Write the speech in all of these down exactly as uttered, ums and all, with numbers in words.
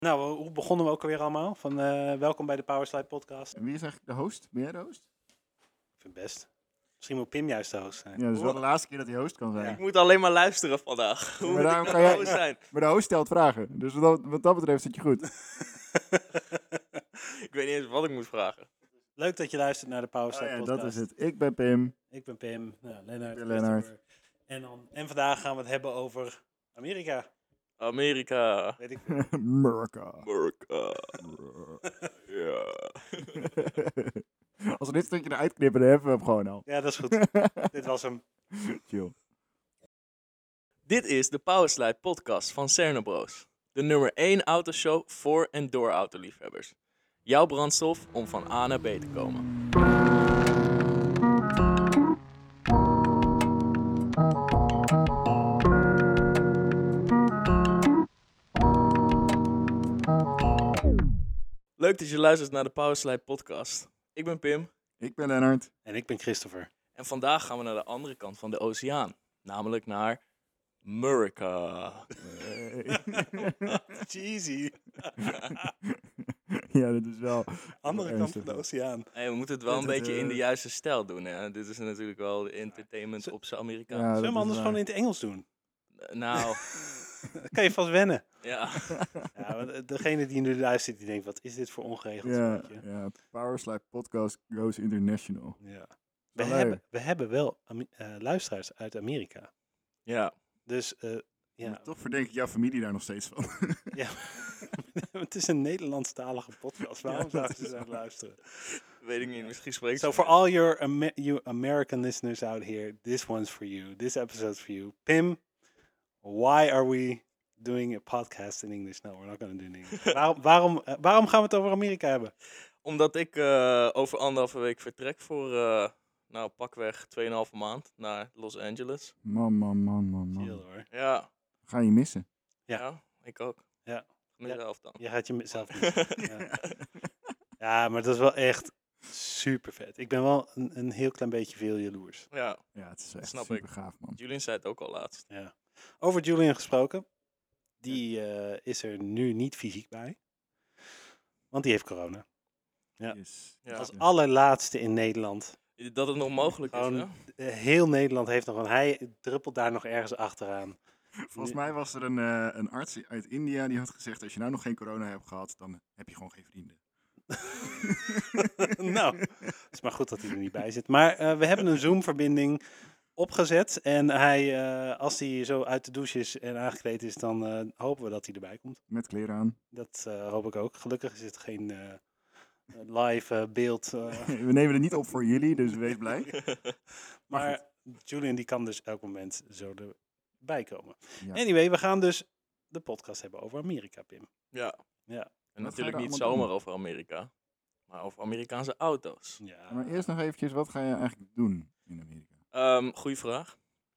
Nou, hoe begonnen we ook alweer allemaal? Van uh, welkom bij de Powerslide podcast. En wie is eigenlijk de host? Ben jij de host? Ik vind het best. Misschien moet Pim juist de host zijn. Ja, dat is wel de laatste keer dat hij host kan zijn. Ja. Ik moet alleen maar luisteren vandaag. Hoe maar moet daarom ik kan nou jij, host zijn? Maar de host stelt vragen. Dus wat dat, wat dat betreft zit je goed. Ik weet niet eens wat ik moet vragen. Leuk dat je luistert naar de Powerslide Oh ja, podcast. dat is het. Ik ben Pim. Ik ben Pim. Nou, Lennart. Ik ben Lennart. En, dan, en vandaag gaan we het hebben over Amerika. Amerika. Weet ik. Amerika. Amerika. Ja. Als we dit stukje eruit knippen, dan hebben we hem gewoon al. Ja, dat is goed. Dit was hem. Chill. Dit is de Powerslide podcast van Cernobros. De nummer één autoshow voor en door autoliefhebbers. Jouw brandstof om van A naar B te komen. Leuk dat je luistert naar de Powerslide podcast. Ik ben Pim. Ik ben Lennart. En ik ben Christopher. En vandaag gaan we naar de andere kant van de oceaan. Namelijk naar Amerika. Cheesy. Ja, dat is wel... Andere kant van de oceaan. Hey, we moeten het wel een Dit, beetje uh, in de juiste stijl doen. Hè? Dit is natuurlijk wel entertainment op zijn Amerikaans. Ja, Zullen we dat hem anders is gewoon waar. in het Engels doen? Uh, nou, Dan kan je vast wennen. ja. Ja, want degene die nu luistert, die denkt, wat is dit voor ongeregeld Ja, spelletje? ja, Powerslide podcast goes international. Ja. We, Hallo. hebben, we hebben wel Ame- uh, luisteraars uit Amerika. Ja. Dus uh, ja, Maar toch verdenk ik jouw familie daar nog steeds van. ja. Het is een Nederlandstalige podcast. Waarom Ja, zouden dat ze is daar waar. luisteren? Weet ik niet, misschien spreekt So ze for mij. all your, Amer- you American listeners out here, this one's for you. This episode's for you. Pim, why are we doing a podcast in English? No, we're not going to do it in English. waarom, waarom, uh, waarom gaan we het over Amerika hebben? Omdat ik uh, over anderhalve week vertrek voor, uh, nou pakweg tweeënhalve maand naar Los Angeles. Man, man, man, man, Chill man. hoor. Ja, Ga je missen. Ja. ja ik ook. Ja. Mezelf dan. Je gaat jezelf niet. Ja. Ja, maar dat is wel echt super vet. Ik ben wel een, een heel klein beetje veel jaloers. Ja, Ja, het is echt Snap super ik. gaaf, man. Julian zei het ook al laatst. Ja. Over Julian gesproken. Die uh, is er nu niet fysiek bij. Want die heeft corona. Ja. Yes. Ja. Als allerlaatste in Nederland. Dat het nog mogelijk is, Gewoon, hè? uh, heel Nederland heeft nog een... Hij druppelt daar nog ergens achteraan. Volgens mij was er een, uh, een arts uit India die had gezegd... als je nou nog geen corona hebt gehad, dan heb je gewoon geen vrienden. Nou, het is maar goed dat hij er niet bij zit. Maar uh, we hebben een Zoom-verbinding opgezet. En hij, uh, als hij zo uit de douche is en aangekleed is, dan uh, hopen we dat hij erbij komt. Met kleren aan. Dat uh, hoop ik ook. Gelukkig is het geen uh, live uh, beeld. Uh, We nemen het niet op voor jullie, dus wees blij. maar Julian die kan dus elk moment zo erbij komen. Ja. Anyway, we gaan dus de podcast hebben over Amerika, Pim. Ja. Ja. En Wat natuurlijk ga je niet daar allemaal zomaar over Amerika, maar over Amerikaanse auto's. Ja. Maar eerst nog eventjes, wat ga je eigenlijk doen in Amerika? Um, goeie vraag.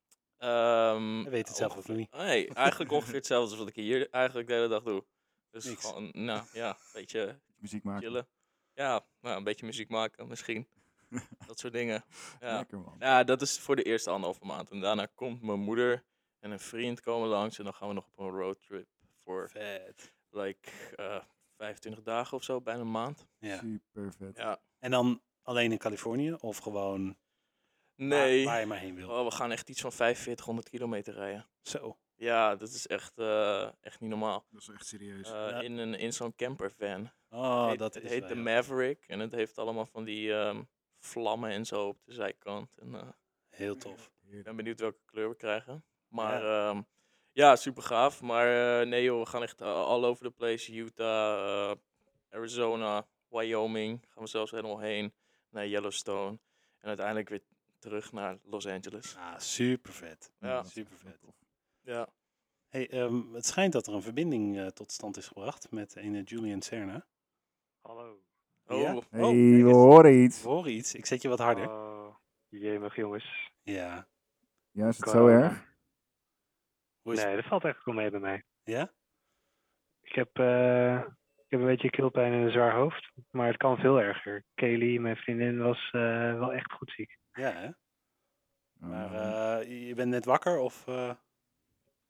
Um, Hij weet het zelf ook nog niet. Nee, eigenlijk ongeveer hetzelfde als wat ik hier eigenlijk de hele dag doe. Dus Niks. gewoon, nou ja, een beetje Muziek maken? chillen. Ja, nou, een beetje muziek maken misschien. Dat soort dingen. Ja. Lekker, man. Ja, dat is voor de eerste anderhalve maand. En daarna komt mijn moeder en een vriend komen langs. En dan gaan we nog op een roadtrip voor Vet. like, uh, vijfentwintig dagen of zo, bijna een maand. Ja. Super vet. Ja. En dan alleen in Californië of gewoon Nee, waar, waar je maar heen wil? oh, we gaan echt iets van vijfenveertighonderd kilometer rijden. Zo. Ja, dat is echt, uh, echt niet normaal. Dat is echt serieus. Uh, Ja. in een, in zo'n campervan. Oh, het heet, dat het is heet wel de heel- Maverick en het heeft allemaal van die um, vlammen en zo op de zijkant. En, uh, heel tof. ik ben benieuwd welke kleur we krijgen. Maar ja, um, ja super gaaf. Maar uh, nee joh, we gaan echt uh, all over the place. Utah, uh, Arizona, Wyoming. Gaan we zelfs helemaal heen naar Yellowstone. En uiteindelijk weer terug naar Los Angeles. Ah, super vet. Ja. dat is super echt wel vet. tof. Ja, Hey, um, het schijnt dat er een verbinding uh, tot stand is gebracht met een Julian Serna. Hallo. oh, Ja? Hey, Oh, we kijk eens. horen iets. We horen iets. Ik zet je wat harder. Oh, jemig jongens. Ja. Ja, is het zo Corona. erg? Hoe is Nee, dat valt echt wel mee bij mij. Ja? Ik heb, uh, ik heb een beetje keelpijn en een zwaar hoofd. Maar het kan veel erger. Kelly, mijn vriendin, was uh, wel echt goed ziek. Ja, hè? Oh, Maar man. uh, je bent net wakker of... Uh...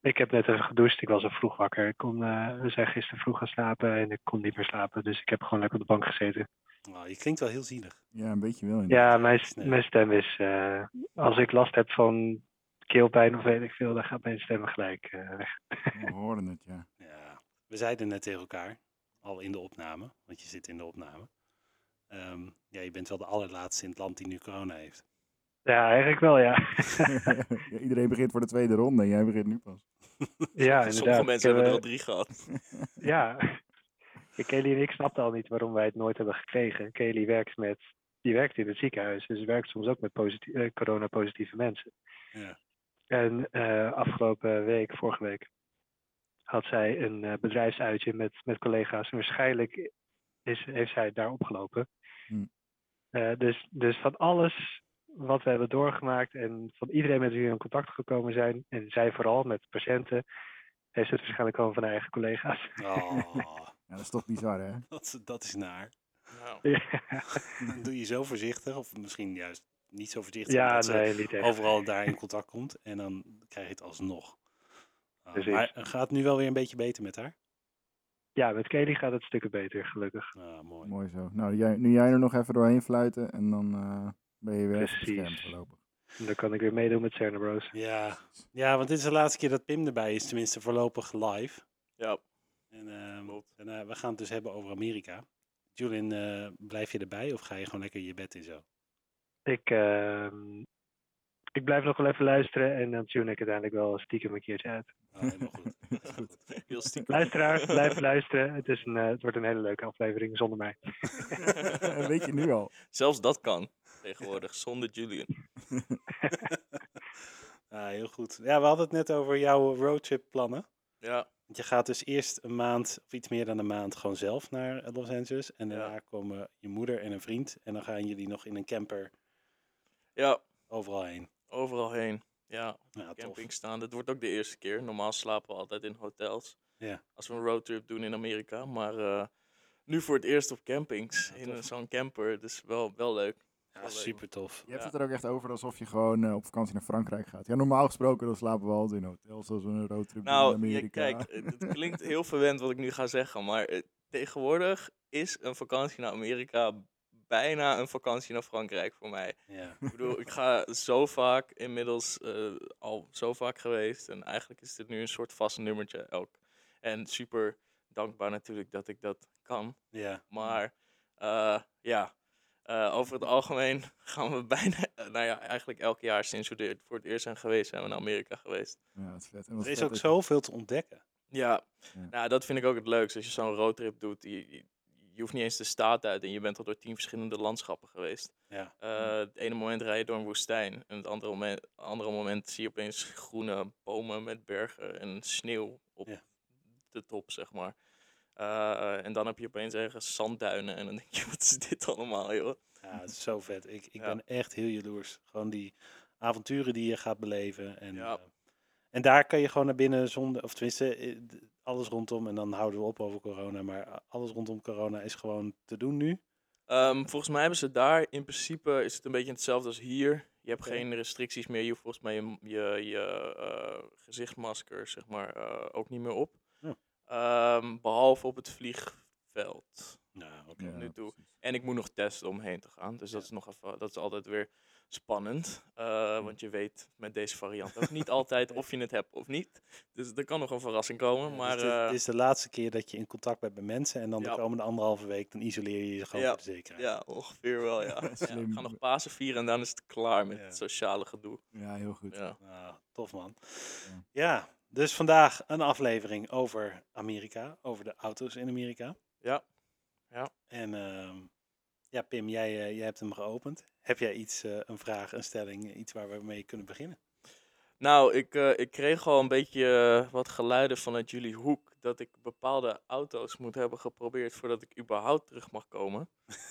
Ik heb net even gedoucht. Ik was al vroeg wakker. Ik kon, eh, we zijn gisteren vroeg gaan slapen en ik kon niet meer slapen. Dus ik heb gewoon lekker op de bank gezeten. Oh, je klinkt wel heel zielig. Ja, een beetje wel. inderdaad. Ja, mijn, sneu. mijn stem is... eh, als ik last heb van keelpijn of weet ik veel, dan gaat mijn stem gelijk eh, weg. We hoorden het, ja. Ja, we zeiden net tegen elkaar, al in de opname, want je zit in de opname. Ehm, ja, je bent wel de allerlaatste in het land die nu corona heeft. Ja, eigenlijk wel, ja. Ja, iedereen begint voor de tweede ronde en jij begint nu pas. Ja, Sommige inderdaad. mensen Ik hebben heb, er eh, al drie gehad. Ja, Kelly en ik snapten al niet waarom wij het nooit hebben gekregen. Kelly werkt met, die werkt in het ziekenhuis, dus werkt soms ook met positi- eh, corona-positieve mensen. Ja. En eh, afgelopen week, vorige week, had zij een eh, bedrijfsuitje met, met collega's. En waarschijnlijk is, heeft zij het daar opgelopen. Hm. Eh, dus, dus van alles wat we hebben doorgemaakt en van iedereen met wie we in contact gekomen zijn, en zij vooral met patiënten, heeft het waarschijnlijk gewoon van haar eigen collega's. Oh, Ja, dat is toch bizar, hè? dat, is- dat is naar. Nou, Ja, Dan doe je zo voorzichtig, of misschien juist niet zo voorzichtig, ja omdat ze nee, niet echt. overal daar in contact komt. En dan krijg je het alsnog. Ah, Precies. maar gaat het nu wel weer een beetje beter met haar? Ja, met Kelly gaat het stukken beter, gelukkig. Ah, mooi. Mooi zo. Nou, jij, nu jij er nog even doorheen fluiten en dan eh, ben je weer even Precies. beschermd voorlopig. En dan kan ik weer meedoen met Cerner Bros. Ja. ja, want dit is de laatste keer dat Pim erbij is, tenminste voorlopig live. ja, En ehm, Klopt. daarna, we gaan het dus hebben over Amerika. Julian, eh, blijf je erbij of ga je gewoon lekker je bed in zo? Ik, ehm, ik blijf nog wel even luisteren en dan tune ik uiteindelijk wel stiekem een keertje uit. Oh, helemaal goed. heel stiekem. Luisteraars, blijf luisteren. Het, is een, eh, het wordt een hele leuke aflevering zonder mij. Weet je nu al. Zelfs dat kan tegenwoordig, zonder Julian. Ah, heel goed. Ja, we hadden het net over jouw roadtrip plannen. Ja, Want je gaat dus eerst een maand, of iets meer dan een maand, gewoon zelf naar Los Angeles. En Ja. daarna komen je moeder en een vriend. En dan gaan jullie nog in een camper ja, overal heen. overal heen. Ja, Ja, tof. camping staan. Dit wordt ook de eerste keer. Normaal slapen we altijd in hotels. Ja. Als we een roadtrip doen in Amerika. Maar eh, nu voor het eerst op campings. Ja, in tof. een- zo'n camper. Dus wel, wel leuk. Ja, Wel leuk. super tof. Je hebt Ja. het er ook echt over alsof je gewoon eh, op vakantie naar Frankrijk gaat. Ja, normaal gesproken dan slapen we altijd in hotels zoals we een roadtrip doen in Nou, ja, Amerika. kijk, het, het klinkt heel verwend wat ik nu ga zeggen. Maar eh, tegenwoordig is een vakantie naar Amerika bijna een vakantie naar Frankrijk voor mij. Ja. Ik bedoel, ik ga zo vaak, inmiddels eh, al zo vaak geweest. En eigenlijk is dit nu een soort vast nummertje elk. En super dankbaar natuurlijk dat ik dat kan. Ja. Maar eh, ja, eh, over het algemeen gaan we bijna, eh, nou ja, eigenlijk elk jaar sinds we er voor het eerst zijn geweest, zijn we naar Amerika geweest. Ja, dat is vet. En wat Er is vet ook zoveel te ontdekken. Ja, Ja. nou, dat vind ik ook het leukste. Als je zo'n roadtrip doet, je, je, je hoeft niet eens de staat uit en je bent al door tien verschillende landschappen geweest. Ja. Eh, het ene moment rij je door een woestijn en het andere moment, andere moment zie je opeens groene bomen met bergen en sneeuw op Ja. de top, zeg maar. Eh, en dan heb je opeens ergens zandduinen en dan denk je, wat is dit allemaal, joh? Ja, het is zo vet. Ik, ik Ja. ben echt heel jaloers. Gewoon die avonturen die je gaat beleven. En, Ja. eh, en daar kan je gewoon naar binnen zonder, of tenminste, eh, d- alles rondom. En dan houden we op over corona. Maar a- alles rondom corona is gewoon te doen nu. Ehm, volgens mij hebben ze daar in principe is het een beetje hetzelfde als hier. Je hebt Oké. geen restricties meer. Je hoeft volgens mij je, je, je eh, gezichtsmasker zeg maar, eh, ook niet meer op. Ja. Ehm, behalve op het vliegveld. Nou, oké. Ja, nu toe. precies. En ik moet nog testen om heen te gaan. Dus dat Ja. is nog even, dat is altijd weer spannend. Eh, want je weet met deze variant ook niet altijd of je het hebt of niet. Dus er kan nog een verrassing komen. Ja, maar dus dit, eh, dit is de laatste keer dat je in contact bent met mensen. En dan Ja. de komende anderhalve week, dan isoleer je je gewoon Ja. voor de zekerheid. ja, ongeveer wel, ja. ja. Slim. Ik ga nog Pasen vieren en dan is het klaar met Ja. het sociale gedoe. Ja, heel goed. Ja. Nou, tof man. Ja. Ja, dus vandaag een aflevering over Amerika. Over de auto's in Amerika. Ja. En ehm, ja, Pim, jij, eh, jij hebt hem geopend. Heb jij iets, eh, een vraag, een stelling, iets waar we mee kunnen beginnen? Nou, ik, eh, ik kreeg al een beetje eh, wat geluiden vanuit jullie hoek dat ik bepaalde auto's moet hebben geprobeerd voordat ik überhaupt terug mag komen.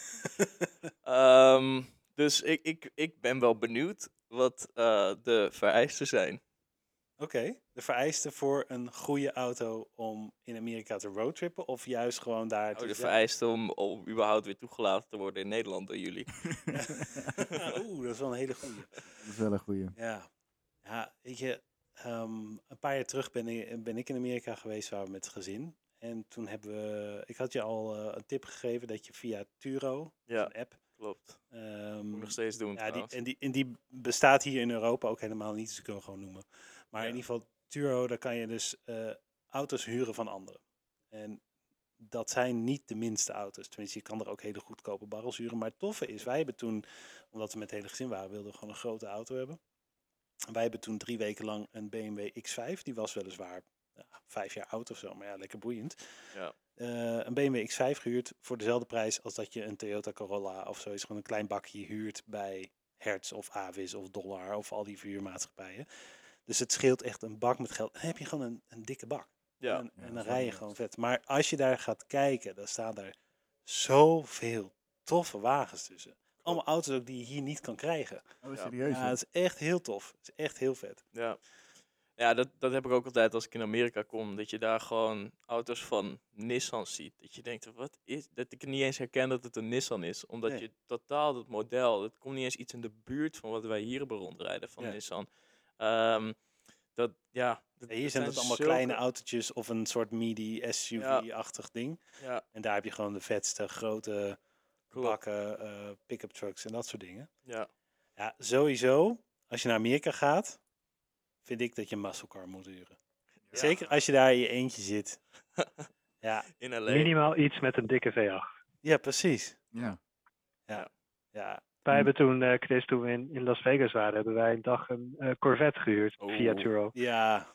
Ehm, dus ik, ik, ik ben wel benieuwd wat eh, de vereisten zijn. Oké, de vereisten voor een goede auto om in Amerika te roadtrippen of juist gewoon daar Oh, te de zijn? vereisten om, om überhaupt weer toegelaten te worden in Nederland door jullie. Oeh, dat is wel een hele goede. Dat is wel een goeie. Ja. Ja, weet je, ehm, een paar jaar terug ben ik, ben ik in Amerika geweest, waar we met het gezin. En toen hebben we, ik had je al eh, een tip gegeven dat je via Turo, dat is Ja. een app. Klopt. ehm, Moet ik nog steeds doen ja, die, trouwens. en, die, en die bestaat hier in Europa ook helemaal niet, dus ik kan hem gewoon noemen. Maar Ja. in ieder geval, Turo, daar kan je dus eh, auto's huren van anderen. En dat zijn niet de minste auto's. Tenminste, je kan er ook hele goedkope barrels huren. Maar het toffe is, wij hebben toen, omdat we met het hele gezin waren, wilden we gewoon een grote auto hebben. Wij hebben toen drie weken lang een B M W X vijf. Die was weliswaar ja, vijf jaar oud of zo, maar ja, lekker boeiend. Ja. Uh, een B M W X vijf gehuurd voor dezelfde prijs als dat je een Toyota Corolla of zoiets, gewoon een klein bakje huurt bij Hertz of Avis of Dollar of al die verhuurmaatschappijen. Dus het scheelt echt een bak met geld. Dan heb je gewoon een, een dikke bak. Ja. En, Ja, en dan dat is rij je wel gewoon nice. vet. Maar als je daar gaat kijken, dan staan er zoveel toffe wagens tussen. Allemaal auto's ook die je hier niet kan krijgen. Oh, Ja. serieus? Ja, joh? het is echt heel tof. Het is echt heel vet. Ja, ja dat, dat heb ik ook altijd als ik in Amerika kom. Dat je daar gewoon auto's van Nissan ziet. Dat je denkt, wat is dat? Ik niet eens herken dat het een Nissan is. Omdat Nee. je totaal het model, het komt niet eens iets in de buurt van wat wij hier hebben rondrijden van Ja. Nissan. Ehm, dat, ja, dat, En hier dat zijn dat allemaal zulke- kleine autootjes of een soort midi S U V-achtig ding. Ja, En daar heb je gewoon de vetste, grote klopt. bakken, eh, pick-up trucks en dat soort dingen. Ja, Ja, sowieso, als je naar Amerika gaat, vind ik dat je een muscle car moet huren. Ja. Zeker als je daar in je eentje zit. Ja, in L A. Minimaal iets met een dikke V acht. ja precies. Ja. Ja, Wij hebben toen, eh, Chris, toen we in, in Las Vegas waren, hebben wij een dag een eh, Corvette gehuurd via Oeh. Turo. ja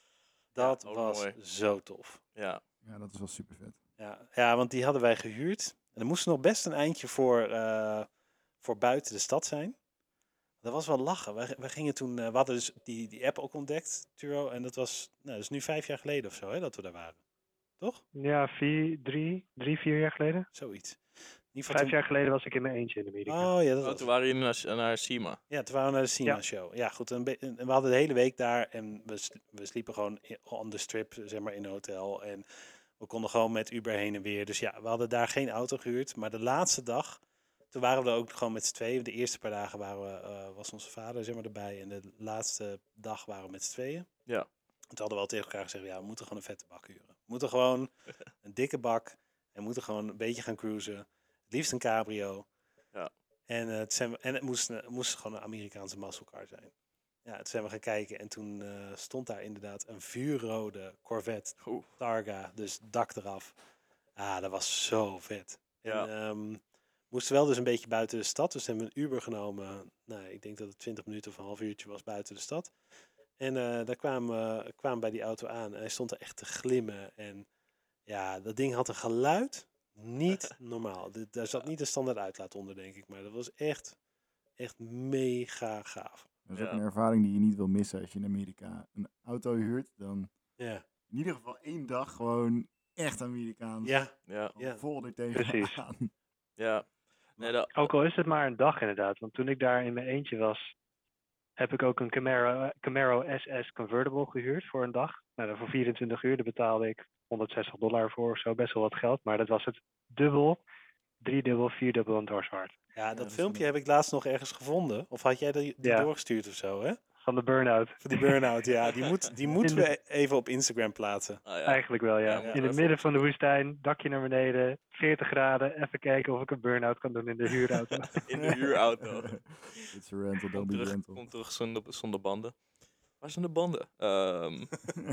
dat ook was mooi. zo tof. Ja, Ja, dat is wel super vet. Ja, ja, want die hadden wij gehuurd. En dan moesten we nog best een eindje voor, eh, voor buiten de stad zijn. Dat was wel lachen. Wij, wij gingen toen, eh, we hadden dus die, die app ook ontdekt, Turo. En dat was, nou, dat is nu vijf jaar geleden of zo, hè, dat we daar waren. Toch? Ja, vier, drie, drie, vier jaar geleden. Zoiets. In ieder geval Vijf jaar geleden was ik in mijn eentje in Amerika. toen- Oh ja, dat oh, was toen waren jullie naar, naar Sima. Ja, toen waren we naar de Cima Ja. Show. Ja, goed. En, be- en we hadden de hele week daar en we, sl- we sliepen gewoon i- on the strip, zeg maar, in een hotel. En we konden gewoon met Uber heen en weer. Dus ja, we hadden daar geen auto gehuurd. Maar de laatste dag, toen waren we er ook gewoon met z'n tweeën. De eerste paar dagen waren we, eh, was onze vader, zeg maar, erbij. En de laatste dag waren we met z'n tweeën. Ja. En toen hadden we al tegen elkaar gezegd, ja, we moeten gewoon een vette bak huren. We moeten gewoon een dikke bak en we moeten gewoon een beetje gaan cruisen. Het liefst een cabrio. Ja. En, eh, het, zijn we- en het, moest, een- het moest gewoon een Amerikaanse muscle car zijn. Ja, toen zijn we gaan kijken en toen eh, stond daar inderdaad een vuurrode Corvette Oeh. Targa, dus dak eraf. Ah, dat was zo vet. Ja. En ehm, moesten wel dus een beetje buiten de stad, dus hebben we een Uber genomen. Nou, ik denk dat het twintig minuten of een half uurtje was buiten de stad. En eh, daar kwamen we kwamen bij die auto aan en hij stond er echt te glimmen. En ja, dat ding had een geluid, niet normaal. D- Daar zat niet een standaard uitlaat onder, denk ik. Maar dat was echt, echt mega gaaf. Dat is ook Ja. een ervaring die je niet wil missen als je in Amerika een auto huurt. Dan Ja, in ieder geval één dag gewoon echt Amerikaans. ja, Ja, Gewoon ja. vol er tegen Precies. aan. ja. Nee, dat, Ook al is het maar een dag inderdaad. Want toen ik daar in mijn eentje was, heb ik ook een Camaro, Camaro S S Convertible gehuurd voor een dag. Nou, dan voor vierentwintig uur, daar betaalde ik honderdzestig dollar voor of zo. Best wel wat geld. Maar dat was het dubbel, driedubbel, vierdubbel en dwars hard. ja, dat dat is filmpje wel- heb ik laatst nog ergens gevonden. Of had jij die, die Ja. doorgestuurd of zo, hè? Van de burn-out. Voor die burn-out, ja. Die, moet, die moeten In de- we e- even op Instagram plaatsen. ah, ja. Eigenlijk wel, Ja, ja. moeten we In het even midden van de woestijn, dakje naar beneden, veertig graden. Even kijken of ik een burn-out kan doen in de huurauto. In de huurauto. It's a rental, Kom don't be terug, rental. kom terug zonder, zonder banden. Waar zijn de banden? Ehm,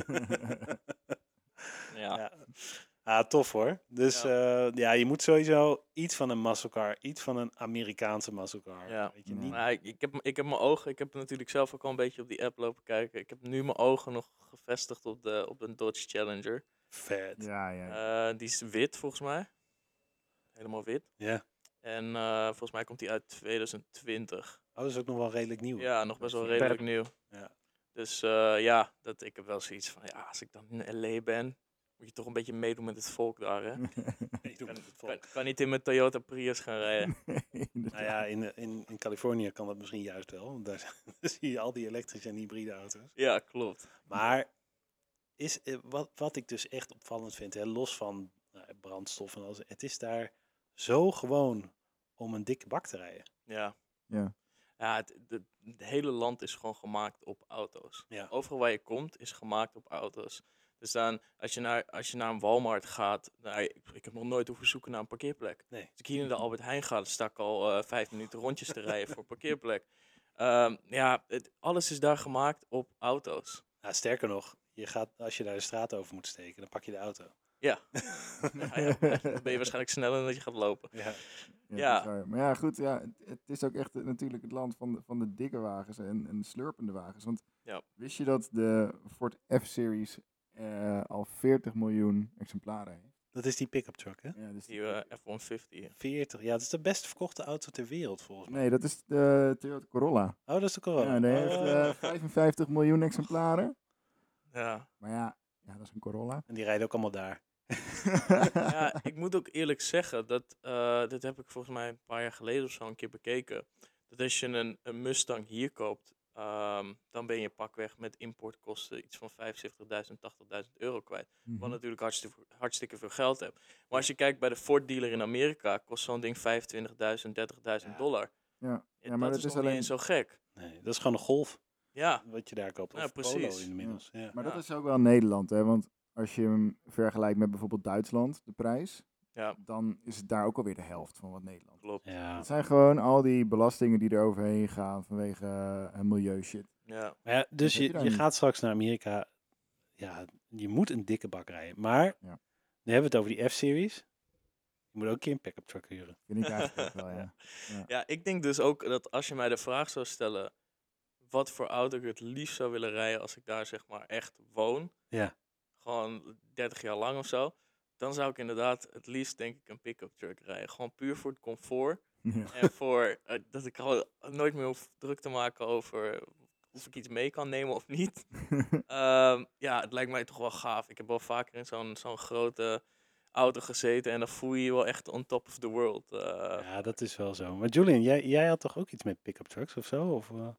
ja. Ja. Ah, tof hoor. Dus ja. ja, je moet sowieso iets van een muscle car, iets van een Amerikaanse muscle car. Ja. Weet je, Ja. niet, Maar ik, ik, heb, ik heb mijn ogen, ik heb natuurlijk zelf ook al een beetje op die app lopen kijken. Ik heb nu mijn ogen nog gevestigd op, de, op een Dodge Challenger. vet. Ja, ja. Eh, die is wit volgens mij. Helemaal wit. Ja. En eh, volgens mij komt die uit twintig twintig. Oh, dat is ook nog wel redelijk nieuw. Ja, nog best wel Vet. redelijk nieuw. Ja. Dus eh, ja, dat, ik heb wel zoiets van, ja, als ik dan in L A ben, moet je toch een beetje meedoen met het volk daar, hè? Ik doe Kan, het vol. kan, kan niet in mijn Toyota Prius gaan rijden. Nou ja, in, in, in Californië kan dat misschien juist wel. Want daar zie je al die elektrische en hybride auto's. Ja, klopt. Maar is, eh, wat, wat ik dus echt opvallend vind, hè, los van nou, brandstof en alles, het is daar zo gewoon om een dikke bak te rijden. Ja. Ja. Ja, het, de, het hele land is gewoon gemaakt op auto's. Ja. Overal waar je komt is gemaakt op auto's. Dus dan, als je naar, als je naar een Walmart gaat, nou, ik, ik heb nog nooit hoeven zoeken naar een parkeerplek. Nee. Als ik hier naar de Albert Heijn ga, dan sta ik al eh, vijf minuten rondjes te rijden voor een parkeerplek. Ehm, ja, het, alles is daar gemaakt op auto's. Nou, sterker nog, je gaat, als je daar de straat over moet steken, dan pak je de auto. Ja. Ja, ja, dan ben je waarschijnlijk sneller dan dat je gaat lopen. Ja. Ja, Ja. dat is waar. Maar ja, goed, ja, het, het is ook echt eh, natuurlijk het land van de, van de dikke wagens en, en slurpende wagens. Want Ja. wist je dat de Ford F-Series eh, al veertig miljoen exemplaren heeft? Dat is die pick-up truck, hè? Ja, dus Die eh, F honderdvijftig. veertig. Ja, dat is de best verkochte auto ter wereld, volgens mij. Nee, dat is de Toyota Corolla. Oh, dat is de Corolla. Ja, die heeft Oh. eh, vijfenvijftig miljoen exemplaren. Ja. Maar ja, ja, dat is een Corolla. En die rijden ook allemaal daar. Ja, ik moet ook eerlijk zeggen, dat, eh dit heb ik volgens mij een paar jaar geleden of zo een keer bekeken. Dat als je een, een Mustang hier koopt, ehm, dan ben je pakweg met importkosten iets van vijfenzeventigduizend, tachtigduizend euro kwijt. Mhm. Wat natuurlijk hartstikke, hartstikke veel geld hebt. Maar als je kijkt bij de Ford dealer in Amerika, kost zo'n ding vijfentwintigduizend, dertigduizend Ja. dollar. Ja, Ja, ja maar dat dat is is nog niet alleen. eens zo gek. Nee, dat is gewoon een Golf Ja, wat je daar koopt. Of Ja, Polo precies. inmiddels. Ja. Maar Ja. dat is ook wel Nederland, hè? Want als je hem vergelijkt met bijvoorbeeld Duitsland, de prijs, ja, dan is het daar ook alweer de helft van wat Nederland. klopt. Ja. Het zijn gewoon al die belastingen die er overheen gaan vanwege uh, milieu shit. Ja, Maar ja, dus heb je je, daar je niet. gaat straks naar Amerika. Ja, je moet een dikke bak rijden. Maar Ja. nu hebben we het over die F-series. Je moet ook een keer een pick-up truck huren. Vind ik eigenlijk ook wel, ja. ja, ik denk dus ook dat als je mij de vraag zou stellen wat voor auto ik het liefst zou willen rijden als ik daar zeg maar echt woon, Ja. gewoon dertig jaar lang of zo, dan zou ik inderdaad het liefst denk ik een pick-up truck rijden. Gewoon puur voor het comfort ja. en voor eh, dat ik gewoon nooit meer hoef druk te maken over of ik iets mee kan nemen of niet. Ehm, ja, het lijkt mij toch wel gaaf. Ik heb wel vaker in zo'n zo'n grote auto gezeten en dan voel je je wel echt on top of the world. eh. Ja, dat is wel zo. Maar Julian, jij, jij had toch ook iets met pick-up trucks of zo? Of, eh,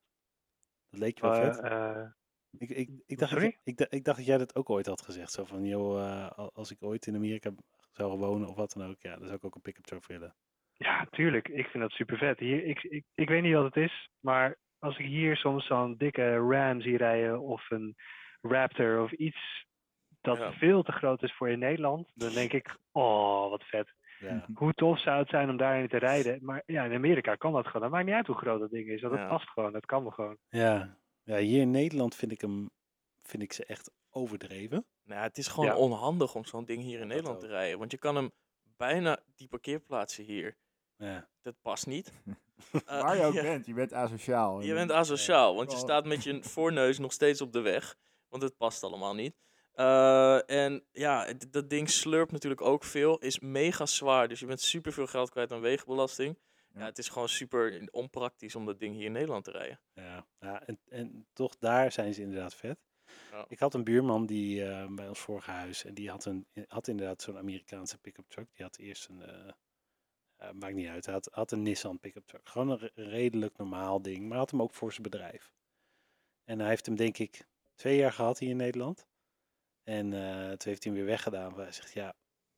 dat leek je wel Eh, vet. eh, Ik, ik, ik, dacht dat sorry? je- ik, dacht- ik dacht dat jij dat ook ooit had gezegd. Zo van, joh, eh, al- als ik ooit in Amerika zou wonen of wat dan ook, ja, dan zou ik ook een pick-up truck willen. Ja, tuurlijk. Ik vind dat super vet. Hier, ik, ik, ik weet niet wat het is, maar als ik hier soms zo'n dikke Ram zie rijden of een Raptor of iets dat Ja. veel te groot is voor in Nederland, dan denk ik, oh, wat vet. Ja. Hoe tof zou het zijn om daarin te rijden? Maar ja, in Amerika kan dat gewoon. Dat maakt niet uit hoe groot dat ding is, want Ja. het past gewoon. Het kan gewoon. Ja. Ja, hier in Nederland vind ik, hem, vind ik ze echt overdreven. Nou, ja, het is gewoon Ja. onhandig om zo'n ding hier in Dat Nederland te ook. rijden. Want je kan hem bijna, die parkeerplaatsen hier, Ja. dat past niet. Eh, Waar je ook ja, bent, je bent asociaal. je bent asociaal, want je Wel- staat met je voorneus nog steeds op de weg. Want het past allemaal niet. Eh, en ja, het- dat ding slurpt natuurlijk ook veel. Is mega zwaar, dus je bent super veel geld kwijt aan wegenbelasting. Ja. Ja. het is gewoon super onpraktisch om dat ding hier in Nederland te rijden. Ja, ja en, en toch daar zijn ze inderdaad vet. Ja. Ik had een buurman die eh, bij ons vorige huis en die had, een, had inderdaad zo'n Amerikaanse pick-up truck. Die had eerst een, eh, eh, maakt niet uit, hij had, had een Nissan pick-up truck. Gewoon een re- redelijk normaal ding, maar had hem ook voor zijn bedrijf. En hij heeft hem denk ik twee jaar gehad hier in Nederland. En eh, toen heeft hij hem weer weggedaan. Hij zegt ja,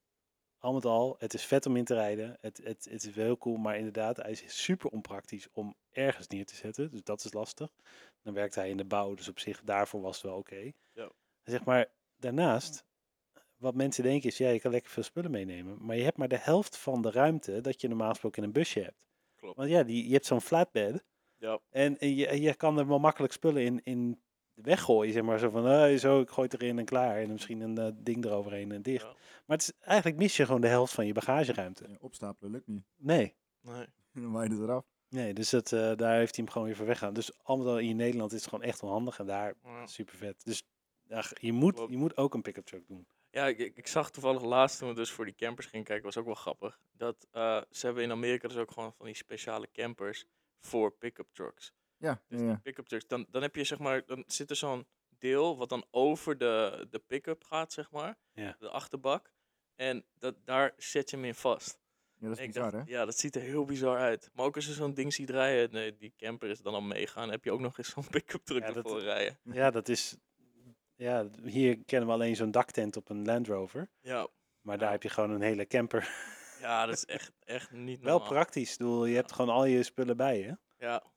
al met al, het is vet om in te rijden. Het, het, het is wel heel cool, maar inderdaad, hij is super onpraktisch om ergens neer te zetten. Dus dat is lastig. Dan werkt hij in de bouw, dus op zich daarvoor was het wel oké. Ja. Hij zegt maar, daarnaast, wat mensen denken is, ja, je kan lekker veel spullen meenemen. Maar je hebt maar de helft van de ruimte dat je normaal gesproken in een busje hebt. Klopt. Want ja, die, je hebt zo'n flatbed. Ja, En, en je, je kan er wel makkelijk spullen in, in weggooien, zeg maar. Zo van, hey, zo, ik gooi het erin en klaar. En misschien een eh, ding eroverheen en dicht. Ja. Maar het is, eigenlijk mis je gewoon de helft van je bagageruimte. Ja, opstapelen lukt niet. Nee. nee. Dan waai je het eraf. Nee, dus dat, eh, daar heeft hij hem gewoon weer voor weggaan. Dus allemaal in Nederland is het gewoon echt onhandig. En daar Ja. super vet. Dus ja, je, moet, Klopt. je moet ook een pick-up truck doen. Ja, ik, ik ik zag toevallig laatst toen we dus voor die campers gingen kijken, was ook wel grappig. Dat eh, ze hebben in Amerika dus ook gewoon van die speciale campers voor pick-up trucks. Ja, Dus ja, die ja. pick-up trucks, dan, dan heb je zeg maar, dan zit er zo'n deel wat dan over de, de pick-up gaat, zeg maar. Ja. De achterbak. En dat, daar zet je hem in vast. Ja, dat is En ik bizar, dacht, hè? ja, dat ziet er heel bizar uit. Maar ook als je zo'n ding ziet rijden, nee, die camper is dan al meegaan, heb je ook nog eens zo'n pick-up truck Ja, dat- ervoor rijden. Ja, dat is... Ja, hier kennen we alleen zo'n daktent op een Land Rover. Ja, Maar daar Ja. heb je gewoon een hele camper. ja, dat is echt, echt niet Wel normaal. praktisch. Ik bedoel, je hebt gewoon al je spullen bij je. Ja,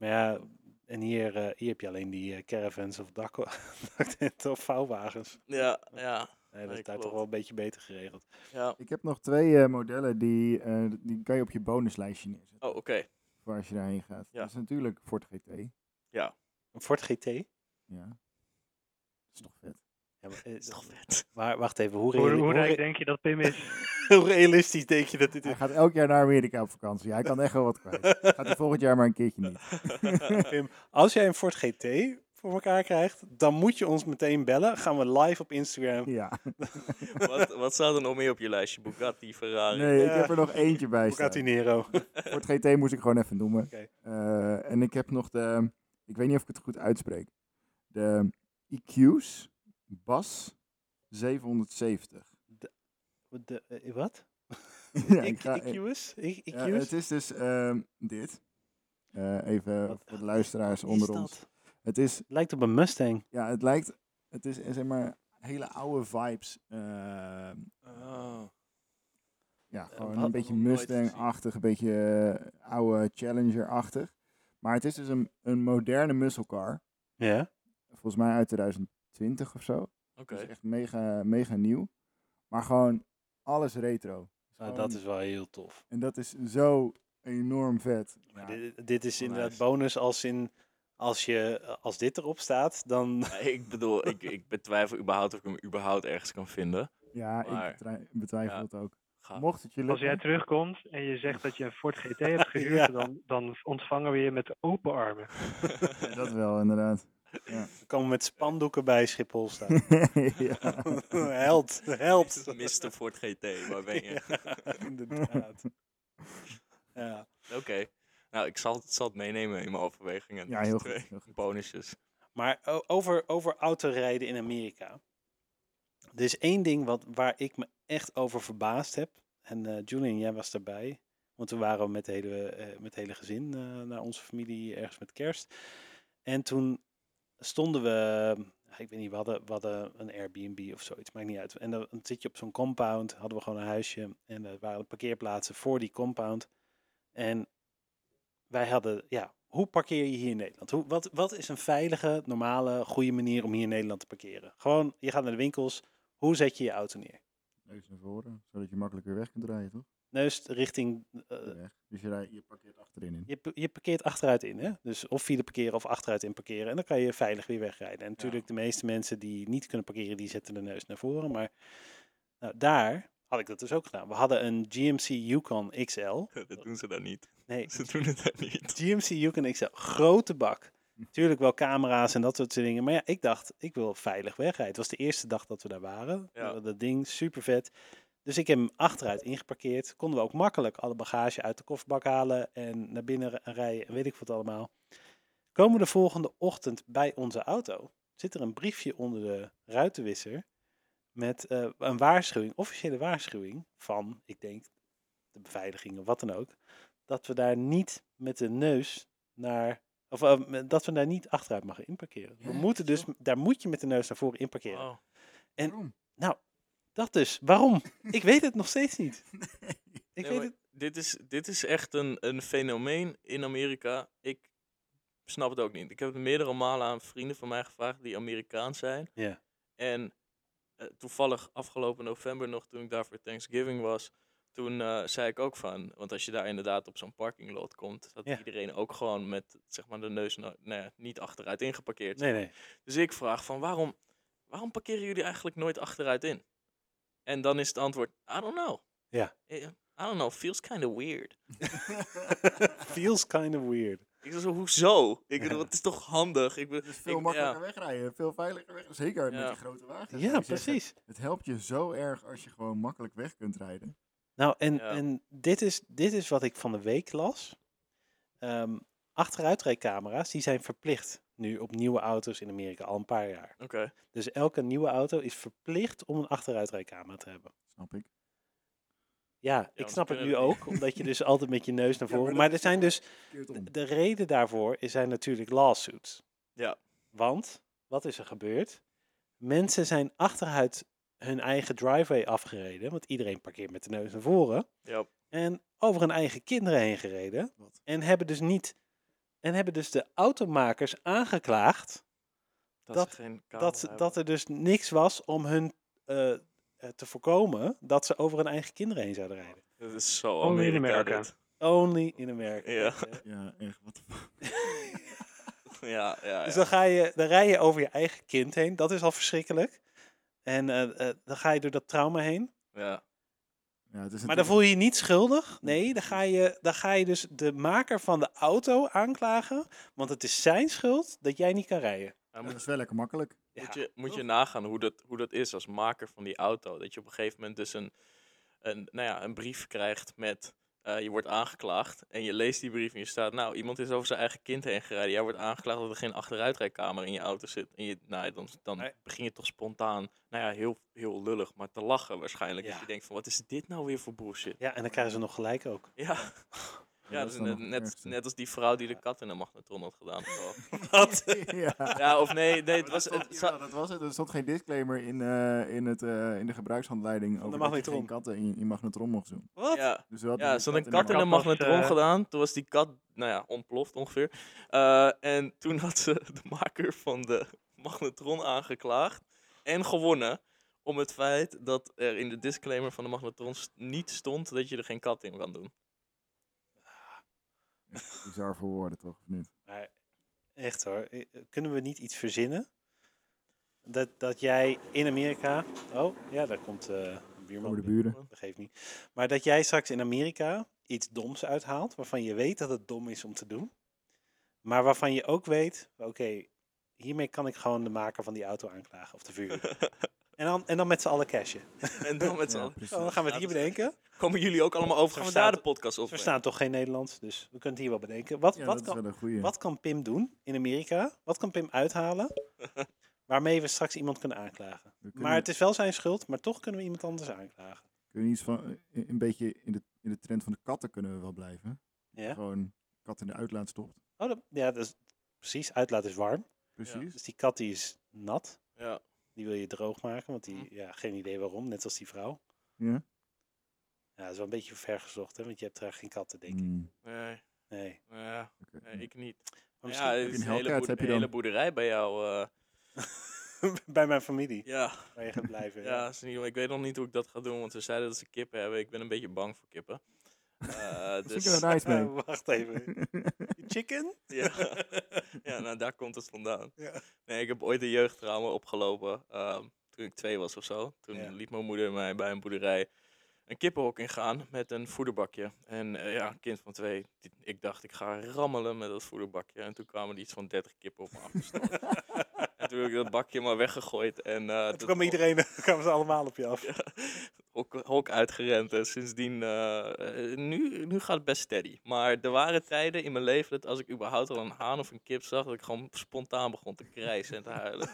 Maar ja, en hier, eh, hier heb je alleen die eh, caravans of dak- daktenten of vouwwagens. Ja, ja. Nee, dat Nee, is daar toch klopt. wel een beetje beter geregeld. Ja. Ik heb nog twee eh, modellen die, eh, die kan je op je bonuslijstje neerzetten. Oh, oké. Voor als je daarheen gaat. Ja. Dat is natuurlijk Ford G T. Ja. Een Ford G T? Ja. Dat is toch vet. Ja, maar, eh, Dat is toch vet. maar wacht even, hoe, Hoe, reali- hoe hoe rijk re- denk je dat Pim is? hoe realistisch denk je dat dit Hij is? gaat elk jaar naar Amerika op vakantie. Hij kan echt wel wat kwijt. Gaat hij volgend jaar maar een keertje niet. Pim, als jij een Ford G T voor elkaar krijgt, dan moet je ons meteen bellen. Gaan we live op Instagram. Ja. wat, wat staat er nog meer op je lijstje? Bugatti, Ferrari? Nee, ik Ja. heb er nog eentje bij Bugatti staan. Nero. Ford G T moest ik gewoon even noemen. Oké. Eh, en ik heb nog de, ik weet niet of ik het goed uitspreek. De E Q's Bas zevenhonderdzeventig. De, eh, wat? Ja, Ik, ik ga- I Q's? I- Ja, I Q's? het is dus ehm, dit. Eh, even Wat- voor de luisteraars Wat onder is ons. dat? Het is, Het lijkt op een Mustang. ja, het lijkt, het is eh, zeg maar hele oude vibes. ehm, Oh. ja, Eh, gewoon wat- een beetje nog nooit Mustang-achtig, een beetje eh, oude Challenger-achtig. Maar het is dus een, een moderne muscle car. Ja. Volgens mij uit twintig twintig of zo. Oké. Dus echt mega, mega nieuw. Maar gewoon alles retro. Nou, Gewoon- dat is wel heel tof. En dat is zo enorm vet. Maar Ja, dit, dit is wel inderdaad nice. bonus als in als je als dit erop staat, dan Nee, ik bedoel, ik, ik betwijfel überhaupt of ik hem überhaupt ergens kan vinden. ja, Maar- ik betrij- betwijfel ja. het ook. Ga. Mocht het je Als lukken. jij terugkomt en je zegt dat je een Ford G T hebt gehuurd, Ja. dan, dan ontvangen we je met open armen. Ja, dat wel, inderdaad. Ja. komen we met spandoeken bij Schiphol staan. Ja. held, held. mister Ford G T, waar ben je? Ja, inderdaad. Ja. Oké. Nou, ik zal, het- zal het meenemen in mijn overwegingen. Ja, Dus heel goed, twee heel goed. bonusjes. Maar o- over, over autorijden in Amerika. Er is één ding wat, waar ik me echt over verbaasd heb. En eh, Julian, jij was daarbij. Want toen waren we met het hele, eh, met het hele gezin eh, naar onze familie ergens met kerst. En toen stonden we, ik weet niet, we hadden, we hadden een Airbnb of zoiets, maakt niet uit. En dan, dan zit je op zo'n compound, hadden we gewoon een huisje. En er waren parkeerplaatsen voor die compound. En wij hadden, ja, hoe parkeer je hier in Nederland? Hoe, wat, wat is een veilige, normale, goede manier om hier in Nederland te parkeren? Gewoon, je gaat naar de winkels, hoe zet je je auto neer? Neus naar voren, zodat je makkelijker weg kunt rijden, toch? Neus richting, eh, De weg. Dus je, rij, je parkeert achterin in. je, pa- je parkeert achteruit in, hè? Dus of file parkeren of achteruit in parkeren. En dan kan je veilig weer wegrijden. En natuurlijk, de meeste mensen die niet kunnen parkeren, die zetten de neus naar voren. Maar nou, daar had ik dat dus ook gedaan. We hadden een G M C Yukon X L. Dat doen ze daar niet. Nee, Ze doen het daar niet. G M C Yukon X L, grote bak. Tuurlijk wel camera's en dat soort dingen. Maar ja, ik dacht, ik wil veilig wegrijden. Het was de eerste dag dat we daar waren. Ja. Dat ding, super vet. Dus ik heb hem achteruit ingeparkeerd. Konden we ook makkelijk alle bagage uit de kofferbak halen en naar binnen ri- rijden en weet ik wat allemaal. Komen we de volgende ochtend bij onze auto, zit er een briefje onder de ruitenwisser met eh, een waarschuwing, officiële waarschuwing van, ik denk, de beveiliging of wat dan ook, dat we daar niet met de neus naar, of eh, met- dat we daar niet achteruit mogen inparkeren. We Ja, moeten dus, zo. daar moet je met de neus naar voren inparkeren. Wow. En- Waarom? Nou, dat dus. Waarom? Ik weet het nog steeds niet. Ik Nee, weet maar het. dit, is, dit is echt een, een fenomeen in Amerika. Ik snap het ook niet. Ik heb het meerdere malen aan vrienden van mij gevraagd die Amerikaans zijn. Ja. En eh, toevallig afgelopen november nog, toen ik daar voor Thanksgiving was, toen eh, zei ik ook van, want als je daar inderdaad op zo'n parkinglot komt, dat Ja. iedereen ook gewoon met zeg maar de neus nou, nou ja, niet achteruit ingeparkeerd. Nee, nee. Dus ik vraag van, waarom, waarom parkeren jullie eigenlijk nooit achteruit in? En dan is het antwoord, I don't know. Ja. Eh, I don't know, feels kind of weird. Feels kind of weird. Ik zei zo, hoezo? Ik bedoel, Ja. het is toch handig? Ik bedoel, Het is veel ik- makkelijker ja. wegrijden, veel veiliger weg. Zeker met Ja. die grote wagens. zou Ja, ik zeggen. precies. Het helpt je zo erg als je gewoon makkelijk weg kunt rijden. Nou, en, Ja. en dit, is, dit is wat ik van de week las. Ehm achteruitrijcamera's, die zijn verplicht nu op nieuwe auto's in Amerika al een paar jaar. Oké. Dus elke nieuwe auto is verplicht om een achteruitrijcamera te hebben. Snap ik. Ja, ik anders snap het kunnen nu we- ook, omdat je dus altijd met je neus naar Ja, voren... maar maar dat er is zijn dus... Keert om. De, de reden daarvoor is zijn natuurlijk lawsuits. Ja. Want, wat is er gebeurd? Mensen zijn achteruit hun eigen driveway afgereden, want iedereen parkeert met de neus naar voren. Ja. En over hun eigen kinderen heen gereden. Wat? En hebben dus niet En hebben dus de automakers aangeklaagd Dat, dat- ze geen dat, camera ze- hebben. dat er dus niks was om hun eh, eh, te voorkomen dat ze over hun eigen kinderen heen zouden rijden. Dat is zo Only in Amerika, America. dit. Only in America. Ja. Kijk, hè. Ja, echt. Wat de fuck? Ja, ja, Dus ja. dan, ga je, dan rij je over je eigen kind heen. Dat is al verschrikkelijk. En eh, eh, dan ga je door dat trauma heen. ja. Ja, het is Maar dan voel je je niet schuldig. Nee, dan ga je, dan ga je dus de maker van de auto aanklagen. Want het is zijn schuld dat jij niet kan rijden. Ja, Dat moet, is wel lekker makkelijk. moet Ja, je, moet je toch? nagaan hoe dat, hoe dat is als maker van die auto. Dat je op een gegeven moment dus een, een, nou ja, een brief krijgt met... eh, je wordt aangeklaagd en je leest die brief en je staat... Nou, iemand is over zijn eigen kind heen gereden. Jij wordt aangeklaagd dat er geen achteruitrijkamer in je auto zit. En je, nou, dan, dan Nee. begin je toch spontaan, nou ja, heel, heel lullig, maar te lachen waarschijnlijk. Ja. Dat je denkt van, wat is dit nou weer voor bullshit? Ja, en dan krijgen ze nog gelijk ook. Ja, Ja, ja dat dus is dan net, nog het net, ergste. net als die vrouw die de kat in de magnetron had gedaan. Zo. Wat? ja. Ja, of nee, nee het Maar was... dat, Het, stond, za- jawel, dat was het. Er stond geen disclaimer in, eh, in, het, eh, in de gebruikshandleiding de over dat je magnetron. geen katten in je magnetron mocht doen. Wat? ja, Dus we hadden ja, die ze had een kat kat in de kat was, magnetron eh, gedaan. Toen was die kat, nou ja, ontploft ongeveer. Eh, en toen had ze de maker van de magnetron aangeklaagd. En gewonnen. Om het feit dat er in de disclaimer van de magnetron st- niet stond dat je er geen kat in kan doen. Bizar voor woorden, toch? Of niet? Maar echt hoor. eh, Kunnen we niet iets verzinnen? Dat, dat jij in Amerika... Oh, ja, daar komt eh een buurman. Voor de binnen. buren. Dat geeft niet. Maar dat jij straks in Amerika iets doms uithaalt, waarvan je weet dat het dom is om te doen. Maar waarvan je ook weet, oké, hiermee kan ik gewoon de maker van die auto aanklagen. Of de vuur. en, dan, en dan met z'n allen cashen. En dan met z'n Ja, allen. precies. Oh, dan gaan we het hier Ja, dat is- bedenken. Komen jullie ook allemaal over? Gaan we Verstaat- daar de podcast Ze op? verstaan toch geen Nederlands, dus we kunnen het hier wel bedenken. Wat, Ja, wat, dat is kan, wel een goeie. wat kan Pim doen in Amerika? Wat kan Pim uithalen? Waarmee we straks iemand kunnen aanklagen. We kunnen, Maar het is wel zijn schuld, maar toch kunnen we iemand anders aanklagen. kunnen iets van, eh, een beetje in de, in de trend van de katten kunnen we wel blijven. Ja? Gewoon kat in de uitlaat stopt. Oh, dat, ja, dat is precies. Uitlaat is warm. Precies. Dus die kat die is nat. Ja. Die wil je droog maken, want die, ja, geen idee waarom. Net als die vrouw. Ja? Ja, dat is wel een beetje ver gezocht, hè, want je hebt daar geen katten, denk ik. Mm, Nee, Nee. ja, oké. nee, ik niet. Maar Ja, misschien het is een een hele, Hellcat boer- heb je hele dan. boerderij bij jou. eh. bij mijn familie, ja, waar je gaat blijven. ja is niet, ik weet nog niet hoe ik dat ga doen, want ze zeiden dat ze kippen hebben. Ik ben een beetje bang voor kippen. Eh, Zoek dus, er een reis mee. Oh, wacht even. Chicken? ja. ja, nou daar komt het vandaan. Ja. Nee, ik heb ooit een jeugdtrauma opgelopen ehm, toen ik twee was of zo. Toen Ja. liet mijn moeder mij bij een boerderij een kippenhok ingaan met een voederbakje. En eh, ja, een kind van twee, die- ik dacht ik ga rammelen met dat voederbakje. En toen kwamen er iets van dertig kippen op me afgestoten. En toen heb ik dat bakje maar weggegooid. En, eh, Toen dat kwam iedereen, kwamen ze allemaal op je af. Ja, hok, hok uitgerend. En sindsdien, eh, eh, nu, nu gaat het best steady. Maar er waren tijden in mijn leven dat als ik überhaupt al een haan of een kip zag, dat ik gewoon spontaan begon te krijsen en te huilen.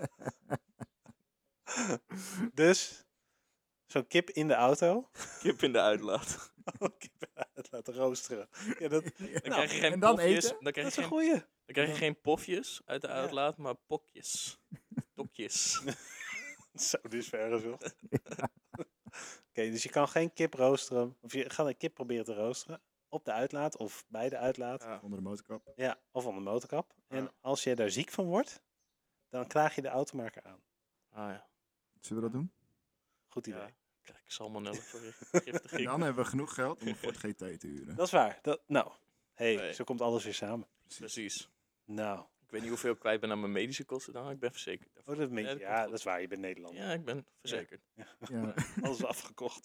Dus, zo'n kip in de auto. Kip in de uitlaat. Oh, kip uit laten roosteren. Ja, dat, Dan Nou, krijg je geen en dan pofjes. eten? Dan dat krijg is je een geen, goeie. dan krijg je geen pofjes uit de Ja. uitlaat, maar pokjes. Tokjes. Zo, dit is ver gezocht. Oké, dus je kan geen kip roosteren. Of je gaat een kip proberen te roosteren. Op de uitlaat of bij de uitlaat. Ja. Onder de motorkap. Ja, of aan de motorkap. En Ja. als je daar ziek van wordt, dan klaag je de automaker aan. Ah ja. Zullen we dat doen? Goed idee. Ja. Krijg ik salmonella voor je giftige En dan hebben we genoeg geld om een Ford G T te huren. Dat is waar. Dat, nou, hey, Nee. zo komt alles weer samen. Precies. Nou, Ik weet niet hoeveel ik kwijt ben aan mijn medische kosten dan. Ik ben verzekerd. oh, dat, meen Ja, je. dat ja, komt dat is waar. Je bent Nederlander. Ja, ik ben verzekerd. Ja. Alles is afgekocht.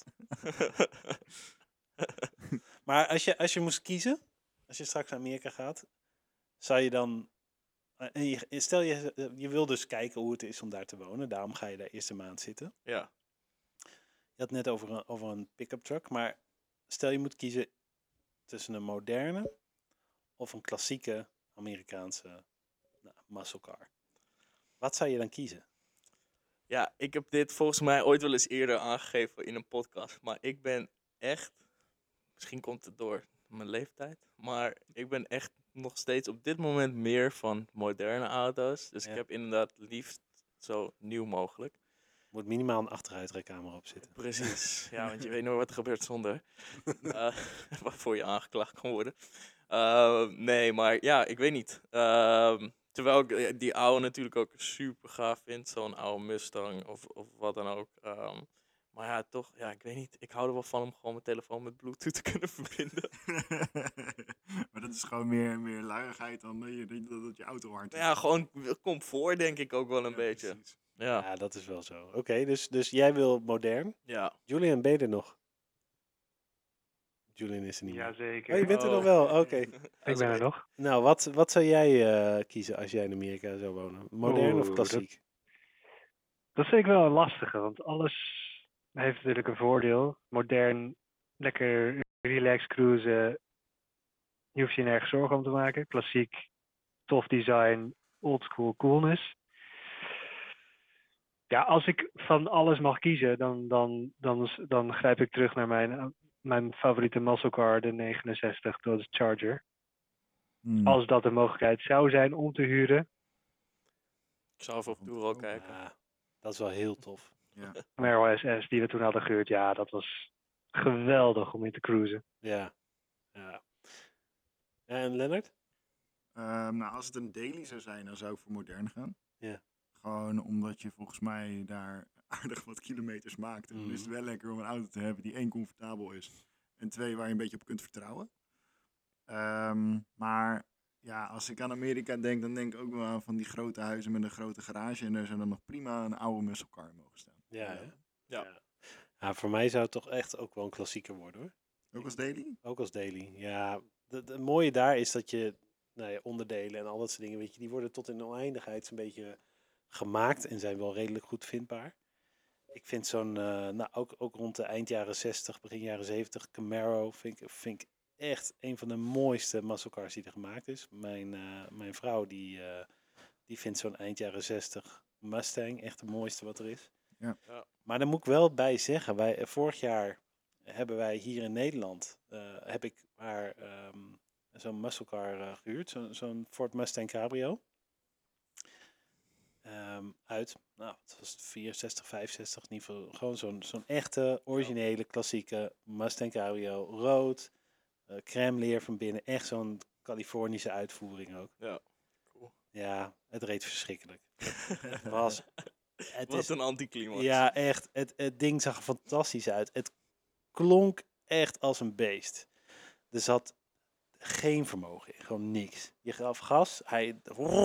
Maar als je, als je moest kiezen, als je straks naar Amerika gaat, zou je dan... eh, en je, stel je, eh, je wil dus kijken hoe het is om daar te wonen. Daarom ga je daar eerst een maand zitten. Ja. Je had net over een, over een pick-up truck, maar stel je moet kiezen tussen een moderne of een klassieke Amerikaanse nou, muscle car. Wat zou je dan kiezen? Ja, ik heb dit volgens mij ooit wel eens eerder aangegeven in een podcast. Maar ik ben echt, misschien komt het door mijn leeftijd, maar ik ben echt nog steeds op dit moment meer van moderne auto's. Dus Ja. ik heb inderdaad liefst zo nieuw mogelijk. Moet minimaal een achteruitrijkamer op zitten. Precies, ja, want je weet nooit wat er gebeurt zonder. eh, waarvoor je aangeklaagd kan worden. Uh, nee, maar ja, ik weet niet. Uh, terwijl ik eh, die oude natuurlijk ook super gaaf vind. Zo'n oude Mustang of, of wat dan ook. Um, maar ja, toch, ja, ik weet niet. Ik hou er wel van om gewoon mijn telefoon met Bluetooth te kunnen verbinden. Maar dat is gewoon meer, meer luiigheid dan dat je, dat het je auto hard is. Ja, gewoon comfort denk ik ook wel een Ja, beetje. precies. Ja. Ja, dat is wel zo. Oké, okay, dus, dus jij wil modern. Ja. Julian, ben je er nog? Julian is er niet meer. Jazeker. Oh, je bent er Oh. nog wel? Oké. Okay. Ik ben er nog. Nou, wat, wat zou jij uh, kiezen als jij in Amerika zou wonen? Modern Oeh, of klassiek? Dat, dat vind ik wel een lastige, want alles heeft natuurlijk een voordeel. Modern, lekker relax cruisen. Je hoeft je nergens zorgen om te maken. Klassiek, tof design, oldschool coolness. Ja, als ik van alles mag kiezen, dan, dan, dan, dan grijp ik terug naar mijn, mijn favoriete muscle car, de negenenzestig Dodge Charger. Hmm. Als dat een mogelijkheid zou zijn om te huren. Ik zou even op Doero kijken. Ja, dat is wel heel tof. Ja. Camaro S S die we toen hadden gehuurd, ja, dat was geweldig om in te cruisen. Ja. ja. En Lennart? Um, nou, als het een daily zou zijn, dan zou ik voor modern gaan. Ja. Gewoon omdat je volgens mij daar aardig wat kilometers maakt. En dan is het wel lekker om een auto te hebben die één, comfortabel is. En twee, waar je een beetje op kunt vertrouwen. Um, maar ja, als ik aan Amerika denk, dan denk ik ook wel aan van die grote huizen met een grote garage. En daar zou dan nog prima een oude muscle car mogen staan. Ja, ja. ja. Ja. ja, voor mij zou het toch echt ook wel een klassieker worden, hoor. Ook als daily? Ook als daily, ja. Het mooie daar is dat je, nou ja, onderdelen en al dat soort dingen, weet je, die worden tot in de oneindigheid zo'n beetje gemaakt en zijn wel redelijk goed vindbaar. Ik vind zo'n, uh, nou ook, ook rond de eind jaren zestig, begin jaren zeventig, Camaro vind ik, vind ik echt een van de mooiste muscle cars die er gemaakt is. Mijn, uh, mijn vrouw die, uh, die vindt zo'n eind jaren zestig Mustang echt het mooiste wat er is. Ja. Ja. Maar daar moet ik wel bij zeggen, wij, vorig jaar hebben wij hier in Nederland, uh, heb ik haar um, zo'n muscle car uh, gehuurd, zo, zo'n Ford Mustang Cabrio. Um, uit, nou, het was vierenzestig, vijfenzestig, in ieder geval gewoon zo'n, zo'n echte, originele, klassieke Mustang Cabrio, rood, uh, crème leer van binnen, echt zo'n Californische uitvoering ook. Ja, cool. Ja, het reed verschrikkelijk. Het was... Het Wat is, een anticlimax. Ja, echt. Het, het ding zag er fantastisch uit. Het klonk echt als een beest. Er zat geen vermogen in, gewoon niks. Je gaf gas, hij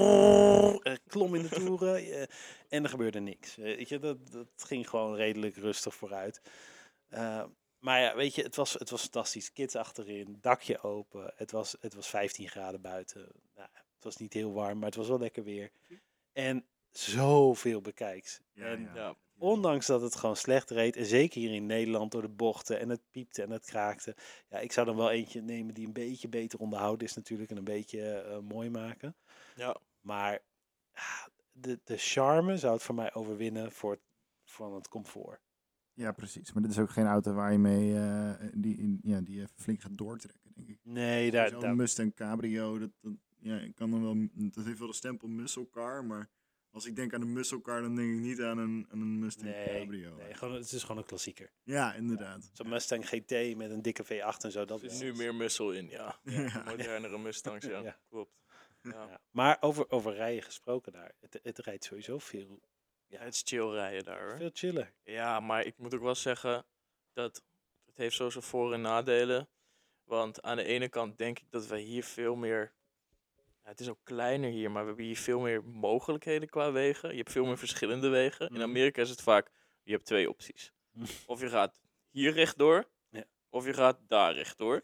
rrr, klom in de toeren je, en er gebeurde niks. Weet je, dat, dat ging gewoon redelijk rustig vooruit. Uh, maar ja, weet je, het was, het was fantastisch. Kids achterin, dakje open. Het was, het was vijftien graden buiten. Nou, het was niet heel warm, maar het was wel lekker weer. En zoveel bekijks. Ja, en ja. Ja. ondanks dat het gewoon slecht reed, en zeker hier in Nederland door de bochten en het piepte en het kraakte. Ja, ik zou dan wel eentje nemen die een beetje beter onderhouden is natuurlijk en een beetje uh, mooi maken. Ja. Maar ah, de, de charme zou het voor mij overwinnen voor het, van het comfort. Ja, precies. Maar dit is ook geen auto waar je mee uh, die, ja, die even flink gaat doortrekken, denk ik. Nee, daar... Zo'n daar... Mustang Cabrio, dat, dat, ja, ik kan dan wel, dat heeft wel de stempel muscle car, maar als ik denk aan een muscle car, dan denk ik niet aan een, aan een Mustang nee, Cabrio. Nee, gewoon, het is gewoon een klassieker. Ja, inderdaad. Ja, zo'n Mustang G T met een dikke V acht en zo. Dat er is nu meer muscle in, ja. Ja. ja. Modernere Mustangs, ja. Ja. Klopt. Ja. Ja. Maar over, over rijden gesproken daar, het, het rijdt sowieso veel. Ja, het is chill rijden daar, hoor. Veel chiller. Ja, maar ik moet ook wel zeggen dat het heeft zo zijn voor- en nadelen. Want aan de ene kant denk ik dat wij hier veel meer... Ja, het is ook kleiner hier, maar we hebben hier veel meer mogelijkheden qua wegen. Je hebt veel meer verschillende wegen. In Amerika is het vaak, je hebt twee opties. Of je gaat hier rechtdoor, ja. of je gaat daar rechtdoor.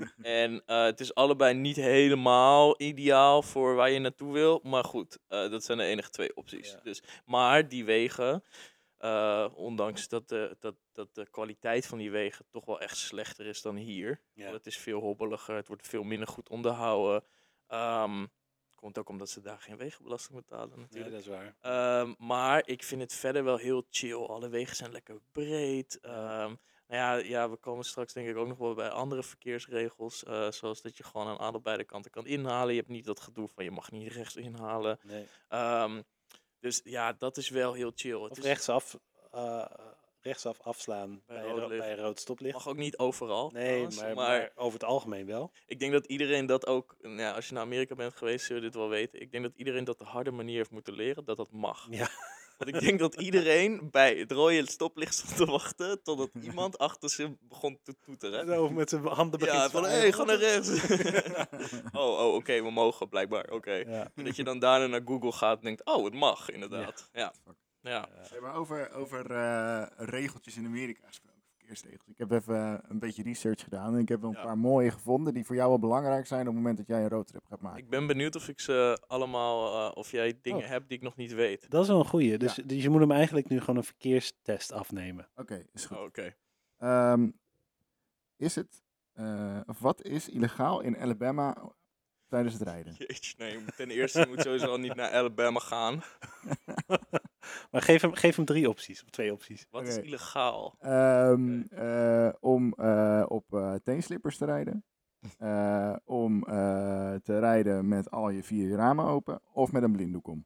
En uh, het is allebei niet helemaal ideaal voor waar je naartoe wil. Maar goed, uh, dat zijn de enige twee opties. Ja. Dus, maar die wegen... Uh, ondanks dat de, dat, dat de kwaliteit van die wegen toch wel echt slechter is dan hier. Ja. Het is veel hobbeliger, het wordt veel minder goed onderhouden. Um, komt ook omdat ze daar geen wegenbelasting betalen natuurlijk. Nee, dat is waar. Um, maar ik vind het verder wel heel chill. Alle wegen zijn lekker breed. Um, nou ja, ja, we komen straks denk ik ook nog wel bij andere verkeersregels. Uh, zoals dat je gewoon aan allebei de kanten kan inhalen. Je hebt niet dat gedoe van je mag niet rechts inhalen. Nee. Um, Dus ja, dat is wel heel chill. Het of is... rechtsaf, uh, rechtsaf afslaan Bij bij, rood ro- licht. bij een rood stoplicht. Mag ook niet overal. Nee, trouwens, maar, maar maar over het algemeen wel. ik denk dat iedereen dat ook, nou ja, als je naar Amerika bent geweest, zul je dit wel weten. Ik denk dat iedereen dat de harde manier heeft moeten leren, dat dat mag. Ja. Want ik denk dat iedereen bij het rode stoplicht stond te wachten, totdat iemand achter ze begon te toeteren. Zo met zijn handen begint Ja, te van hé, zwaaien. hey, ga naar rechts. oh, oh oké, we mogen blijkbaar, oké. Ja. En dat je dan daarna naar Google gaat en denkt, oh, het mag inderdaad. Ja, ja. Hey, maar over, over eh, regeltjes in Amerika gesproken, verkeersregels. Ik heb even eh, een beetje research gedaan en ik heb wel een Ja. paar mooie gevonden die voor jou wel belangrijk zijn op het moment dat jij een roadtrip gaat maken. Ik ben benieuwd of ik ze allemaal, uh, of jij dingen Oh. hebt die ik nog niet weet. Dat is wel een goeie. Dus, Ja. dus je moet hem eigenlijk nu gewoon een verkeerstest afnemen. Oké, is goed. Oh, oké. Ehm, is het, eh, of wat is illegaal in Alabama tijdens het rijden? Jeetje, nee, ten eerste je moet sowieso al niet naar Alabama gaan. Maar geef hem, geef hem drie opties, of twee opties. Wat Oké. is illegaal? Ehm, eh, om eh, op eh, teenslippers te rijden. Eh, om eh, te rijden met al je vier ramen open. Of met een blinddoek om.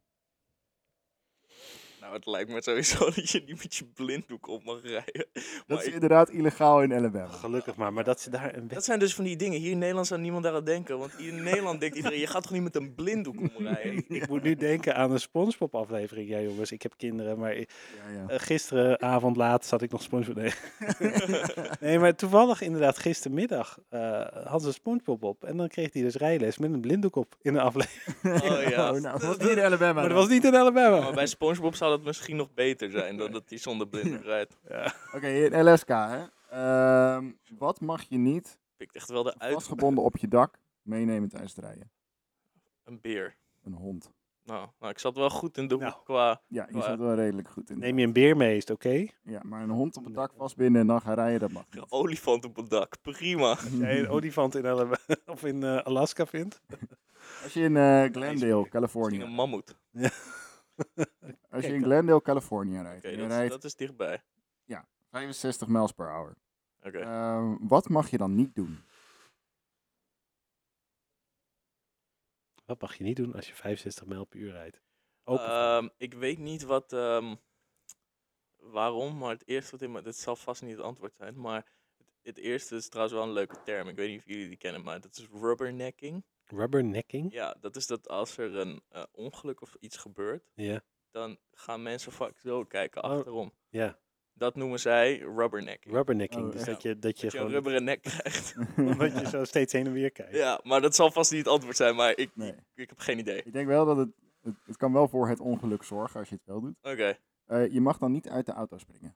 Nou, het lijkt me sowieso dat je niet met je blinddoek op mag rijden. Dat Maar is ik- inderdaad illegaal in Alabama. Gelukkig maar, maar dat ze daar een dat wet... zijn dus van die dingen. Hier in Nederland zou niemand daaraan denken. Want hier in Nederland denkt iedereen, je gaat toch niet met een blinddoek omrijden? Ik moet nu denken aan een Spongebob aflevering. Ja jongens, ik heb kinderen, maar ik- Ja, ja. eh, gisteravond laat zat ik nog Spongebob... Nee. nee, maar toevallig inderdaad gistermiddag uh, hadden ze Spongebob op. En dan kreeg hij dus rijles met een blinddoek op in de aflevering. Oh ja. Oh, nou, wat niet in Alabama. Maar dat dan. was niet in Alabama. Maar bij SpongeBob zou dat misschien nog beter zijn dan dat hij zonder blinddoek rijdt. Ja. Oké, in Alaska, hè. Ehm, wat mag je niet Pikt echt wel de uit vastgebonden op je dak meenemen tijdens het rijden? een beer. Een hond. Nou, nou, ik zat wel goed in de Nou. hoek qua... Ja, je Waar? zat wel redelijk goed in. Neem je een beer mee, is het oké? Ja, maar een hond op het dak vastbinden en dan gaan rijden, dat mag Een niet. olifant op het dak, prima. Als jij een olifant in, Alabama, of in eh, Alaska vindt. Als je in eh, Glendale, Misschien Californië, een mammoet. als je Kijk, in Glendale, Californië rijdt, Oké, en je dat, rijdt dat is dichtbij. vijfenzestig miles per hour, Oké. Ehm, wat mag je dan niet doen? Wat mag je niet doen als je vijfenzestig mijl per uur rijdt? Open. Ehm, ik weet niet wat, ehm, waarom, maar het eerste wat in me, dit zal vast niet het antwoord zijn, maar het, het eerste is trouwens wel een leuke term. Ik weet niet of jullie die kennen, maar dat is rubbernecking. Rubbernecking? Ja, dat is dat als er een eh, ongeluk of iets gebeurt, Ja. dan gaan mensen vaak zo kijken Oh. achterom. Ja, Dat noemen zij rubbernecking. rubbernecking. Oh, dus echt? dat je, dat je Dat je een gewoon... rubberen nek krijgt. Omdat je zo steeds heen en weer kijkt. Ja, maar dat zal vast niet het antwoord zijn, maar ik, Nee. ik, ik heb geen idee. Ik denk wel dat het, het, het kan wel voor het ongeluk zorgen als je het wel doet. Oké, Eh, je mag dan niet uit de auto springen.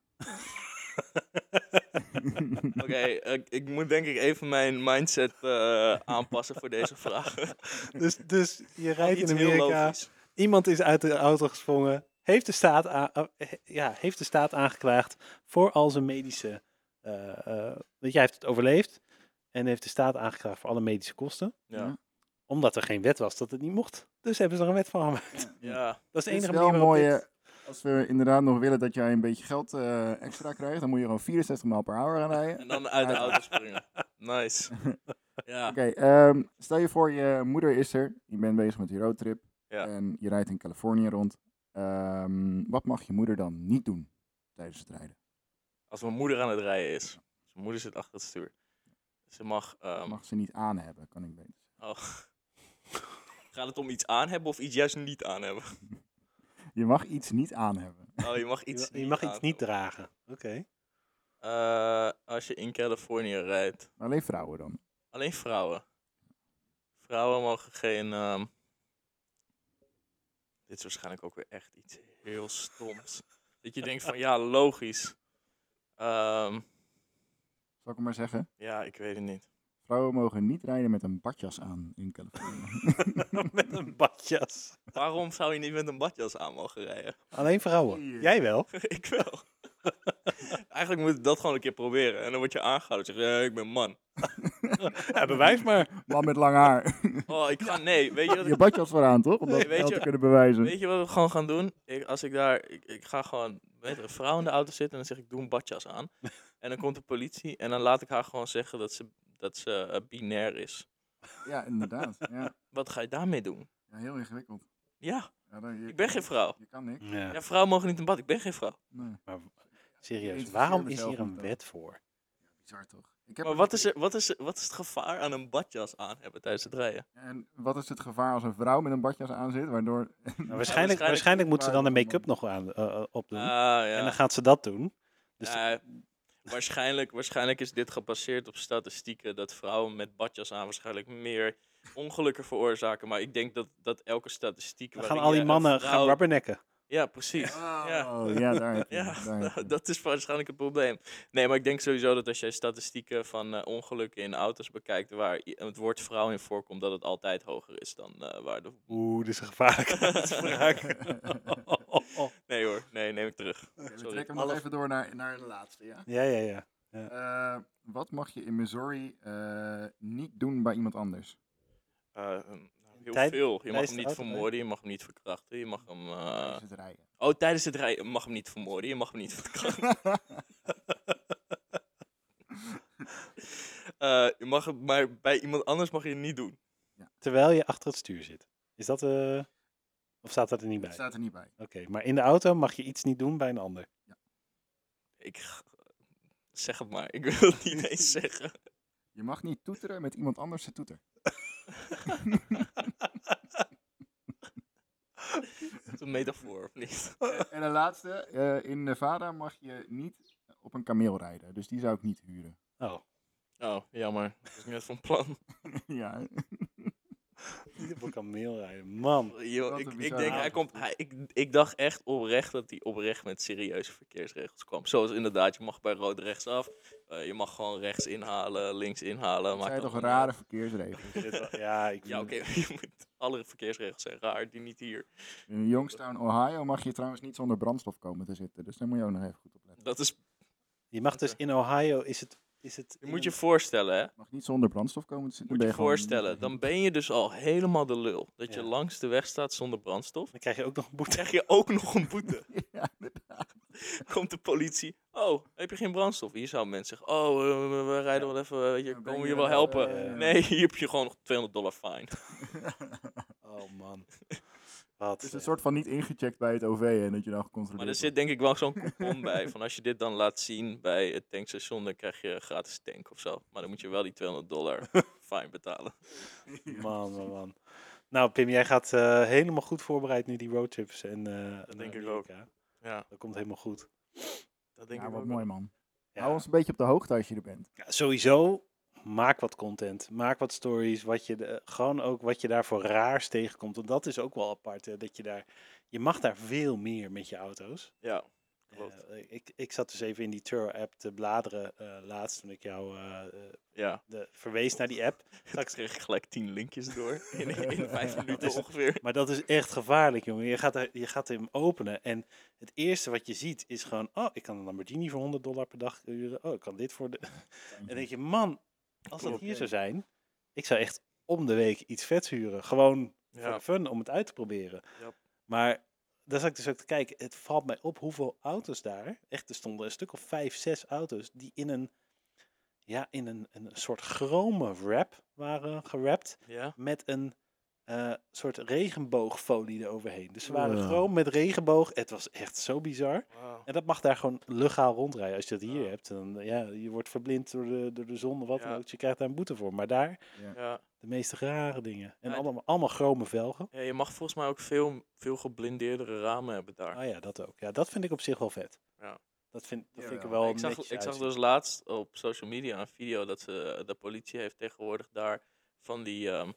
oké. ik, ik moet denk ik even mijn mindset eh, aanpassen voor deze vraag. Dus, dus je rijdt in Iets heel Amerika, logisch. iemand is uit de auto gesprongen, heeft de staat, aan, eh, he- ja, heeft de staat aangeklaagd voor al zijn medische... eh eh, weet je, hij heeft het overleefd en heeft de staat aangeklaagd voor alle medische kosten. Ja. Omdat er geen wet was dat het niet mocht. Dus hebben ze er een wet van gemaakt. Ja, Dat is de Het is enige wel manier waarop mooi, dit- eh, als we inderdaad nog willen dat jij een beetje geld eh, extra krijgt, dan moet je gewoon vierenzestig mijl per hour gaan rijden. en dan uit de auto springen. Nice. Ja, Oké, ehm, stel je voor je moeder is er, je bent bezig met die roadtrip Ja. en je rijdt in Californië rond. Ehm, wat mag je moeder dan niet doen tijdens het rijden? als mijn moeder aan het rijden is. Dus mijn moeder zit achter het stuur. Ze mag... ehm, Mag ze niet aan hebben, kan ik weten. oh. Gaat het om iets aan hebben of iets juist niet aan hebben? Je mag iets niet aan hebben. Oh, je mag Je, iets je niet mag iets aan niet hebben. dragen. Oké. Eh, als je in Californië rijdt. Maar alleen vrouwen dan. Alleen vrouwen. Vrouwen mogen geen... ehm, Dit is waarschijnlijk ook weer echt iets heel stoms. Dat je denkt van, ja, logisch. Ehm, Zal ik het maar zeggen? ja, ik weet het niet. Vrouwen mogen niet rijden met een badjas aan in Californië. Met een badjas. Waarom zou je niet met een badjas aan mogen rijden? Alleen vrouwen. Jij wel? Ik wel. Eigenlijk moet ik dat gewoon een keer proberen. En dan word je aangehouden. Zeg je, ja, ik ben man. Ja, bewijs maar. Man met lang haar. Oh, ik ga... Nee, weet je wat Je ik... badjas vooraan, toch? Om dat Nee, weet wel je- te kunnen bewijzen. Weet je wat we gewoon gaan doen? Ik, als ik daar... Ik, ik ga gewoon met een vrouw in de auto zitten en dan zeg ik, doe een badjas aan. En dan komt de politie en dan laat ik haar gewoon zeggen dat ze, dat ze eh, binair is. Ja, inderdaad. Ja. Wat ga je daarmee doen? Ja, heel ingewikkeld. Ja, Ja, dan, je, ik ben geen vrouw. Je kan niks. Ja. Ja, vrouwen mogen niet in bad. Ik ben geen vrouw. Nee. Maar Serieus, interesseer waarom is mezelf hier een niet, hoor. wet voor? Bizar toch? Ik heb Maar wat is, er, wat, is, er- wat is het gevaar aan een badjas aan hebben tijdens het rijden? En wat is het gevaar als een vrouw met een badjas aan zit, waardoor... Nou, waarschijnlijk, waarschijnlijk- waarschijnlijk moet ze dan de Waar- make-up nog aan, eh, eh, opdoen. Ah, ja. En dan gaat ze dat doen. Dus Ja, waarschijnlijk, waarschijnlijk is dit gebaseerd op statistieken dat vrouwen met badjas aan waarschijnlijk meer ongelukken veroorzaken. Maar ik denk dat, dat elke statistiek. dan gaan waarin al die je een mannen vrouw- gaan rubbernecken. Ja, precies. Oh, Ja. ja, daar heb je Ja, het, daar heb je het. dat is waarschijnlijk het probleem. Nee, maar ik denk sowieso dat als jij statistieken van eh, ongelukken in auto's bekijkt waar i- het woord vrouw in voorkomt, dat het altijd hoger is dan eh, waar de... Oeh, dit is een gevaarlijke uitspraak. Nee hoor, nee, neem ik terug. Oké, we Sorry. trekken hem nog Alle- even door naar, naar de laatste, ja? Ja, ja, ja. Eh, wat mag je in Missouri eh, niet doen bij iemand anders? Eh, nou, heel Tijd- veel. Je mag tijdens hem de niet autorijden? vermoorden, je mag hem niet verkrachten, je mag hem... eh, Tijdens het rijden. Oh, tijdens het rijden mag hem niet vermoorden, je mag hem niet verkrachten. Eh, je mag het, maar bij iemand anders mag je het niet doen. Terwijl je achter het stuur zit. Is dat... eh of staat dat er niet bij? Het staat er niet bij. Oké, maar in de auto mag je iets niet doen bij een ander. Ik g- zeg het maar, ik wil het niet eens zeggen. Je mag niet toeteren met iemand anders zijn toeter. Het is een metafoor, of niet? En de laatste. eh, in Nevada mag je niet op een kameel rijden. Dus die zou ik niet huren. Oh, Oh, jammer. Dat is niet van plan. ja. niet op een kameel rijden. Man. Yo, Wat ik, een ik bizarre denk, hij avond. komt, hij, ik, ik dacht echt oprecht dat hij oprecht met serieuze verkeersregels kwam. Zoals inderdaad, je mag bij rood rechtsaf. Uh, je mag gewoon rechts inhalen, links inhalen. Dat maakt zijn toch allemaal rare niet verkeersregels. Dit wel- ja, ik uit. Ja, oké. je moet- Alle verkeersregels zijn raar, die niet hier. In Youngstown, Ohio mag je trouwens niet zonder brandstof komen te zitten. Dus daar moet je ook nog even goed op letten. Dat is, Je mag dus in Ohio, is het... Is het je in moet je een- voorstellen, hè. Je mag niet zonder brandstof komen te zitten. Moet je ben gewoon- voorstellen, dan ben je dus al helemaal de lul. Dat je Ja. langs de weg staat zonder brandstof. Dan krijg je ook nog een boete. Krijg je ook nog een boete. Ja, inderdaad. Komt de politie. Oh, heb je geen brandstof? Hier zou mensen zeggen, oh, eh, we, we rijden wel even, weet je, Ja, ben komen we je je wel wel, helpen? eh, Nee, hier heb je gewoon nog tweehonderd dollar fine. Oh man. Wat? Het is een eh, soort van niet ingecheckt bij het O V en dat je dan gecontroleerd Maar er wordt. zit denk ik wel zo'n coupon bij. Van als je dit dan laat zien bij het tankstation, dan krijg je een gratis tank of zo. Maar dan moet je wel die tweehonderd dollar fine betalen. Man, man, man. Nou, Pim, jij gaat eh, helemaal goed voorbereid nu die roadtrips. En, eh Dat denk naar ik ook. Amerika. Ja, Dat komt helemaal goed. dat denk Ja, ik wat ook. mooi man. Ja. Hou ons een beetje op de hoogte als je er bent. Ja, sowieso, maak wat content. Maak wat stories. Wat je de- gewoon ook wat je daar voor raars tegenkomt. Want dat is ook wel apart. Hè, dat je daar... Je mag daar veel meer met je auto's. Ja, klopt. Eh, ik, ik zat dus even in die Turo-app te bladeren eh, laatst toen ik jou eh, eh, Ja, de, verwees naar die app. ik kreeg gelijk tien linkjes door in, in vijf minuten ongeveer. Maar dat is echt gevaarlijk, jongen. Je gaat, er, je gaat hem openen en het eerste wat je ziet is gewoon... Oh, ik kan een Lamborghini voor honderd dollar per dag huren. Oh, ik kan dit voor de... En dan denk je, man, als dat Klopt. hier zou zijn... Ik zou echt om de week iets vets huren. Gewoon voor Ja. de fun, om het uit te proberen. Yep. Maar daar zat ik dus ook te kijken. Het valt mij op hoeveel auto's daar... Echt, er stonden een stuk of vijf, zes auto's... die in een... Ja, in een, een soort chrome wrap waren gerapt Ja, met een eh, soort regenboogfolie eroverheen. Dus ze waren Ugh. gewoon met regenboog. Het was echt zo bizar. wauw. En dat mag daar gewoon legaal rondrijden. Als je dat hier Ja. hebt, dan ja, je wordt verblind door de, door de zon of wat dan Ja. ook. Dus je krijgt daar een boete voor. Maar daar, Ja. de meest rare dingen. En Ja, allemaal, allemaal chrome velgen. Ja, je mag volgens mij ook veel, veel geblindeerdere ramen hebben daar. Oh ja, dat ook. Ja, dat vind ik op zich wel vet. Ja. Dat vind, dat vind ik er Jawel. wel ik zag, netjes ik zag uitzien. dus laatst op social media een video dat ze, de politie heeft tegenwoordig daar van die, ehm,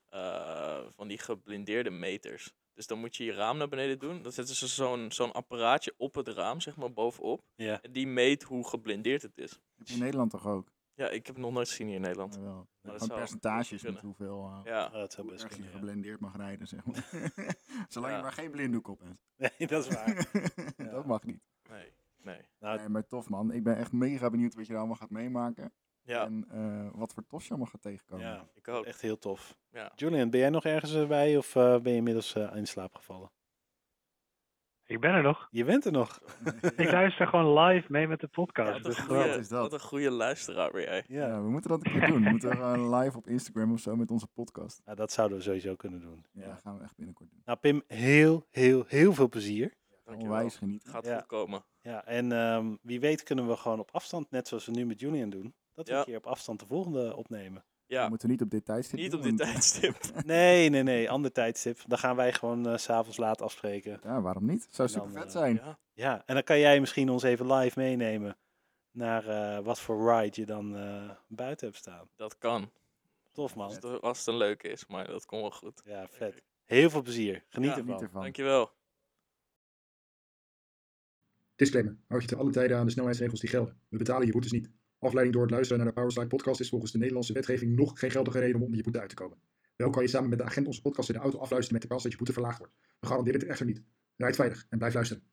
eh, van die geblindeerde meters. Dus dan moet je je raam naar beneden doen. Dan zetten ze zo'n zo'n apparaatje op het raam, zeg maar, bovenop. Ja. En die meet hoe geblindeerd het is. Heb je in Nederland toch ook? Ja, ik heb het nog nooit gezien hier in Nederland. Ja, wel. dat Gewoon zou percentages kunnen. met hoeveel uh, Ja, Oh, dat zou hoe best erg je kunnen, ja. geblendeerd mag rijden, zeg maar. Zolang Ja. je maar geen blinddoek op hebt. Nee, dat is waar. Ja. Dat mag niet. nee, nee. Nou, Nee, maar tof man. Ik ben echt mega benieuwd wat je er allemaal gaat meemaken. Ja, En eh, wat voor tof je allemaal gaat tegenkomen. ja, ik ook. echt heel tof. Ja. Julian, ben jij nog ergens eh, bij of eh, ben je inmiddels eh, in slaap gevallen? Ik ben er nog. Je bent er nog. Ik luister gewoon live mee met de podcast. Wat dus een gewoon- Wat goede, is dat? wat een goede luisteraar ben jij. Ja, Ja, we moeten dat een keer doen. We moeten gewoon live op Instagram of zo met onze podcast. nou, dat zouden we sowieso kunnen doen. Ja, Ja. dat gaan we echt binnenkort doen. Nou, Pim, heel, heel, heel veel plezier. Dankjewel. Onwijs genieten. Gaat Ja. goed komen. Ja, en ehm, wie weet kunnen we gewoon op afstand, net zoals we nu met Julian doen, dat we Ja. een keer op afstand de volgende opnemen. Ja, We moeten niet op dit tijdstip niet doen, op dit want- tijdstip. Nee, nee, nee, ander tijdstip. Dan gaan wij gewoon eh, 's s'avonds laat afspreken. Ja, waarom niet? Zou En dan, super vet eh, zijn. Ja, Ja, en dan kan jij misschien ons even live meenemen naar eh, wat voor ride je dan eh, buiten hebt staan. dat kan. Tof man. Als het, als het een leuke is, maar dat komt wel goed. Ja, vet. Heel veel plezier. Geniet Ja, ervan. Geniet ervan. Dankjewel. Disclaimer. Houd je te alle tijden aan de snelheidsregels die gelden. We betalen je boetes niet. Afleiding door het luisteren naar de Powerslide podcast is volgens de Nederlandse wetgeving nog geen geldige reden om onder je boete uit te komen. Wel kan je samen met de agent onze podcast in de auto afluisteren met de kans dat je boete verlaagd wordt. We garanderen dit echter niet. Rijd veilig en blijf luisteren.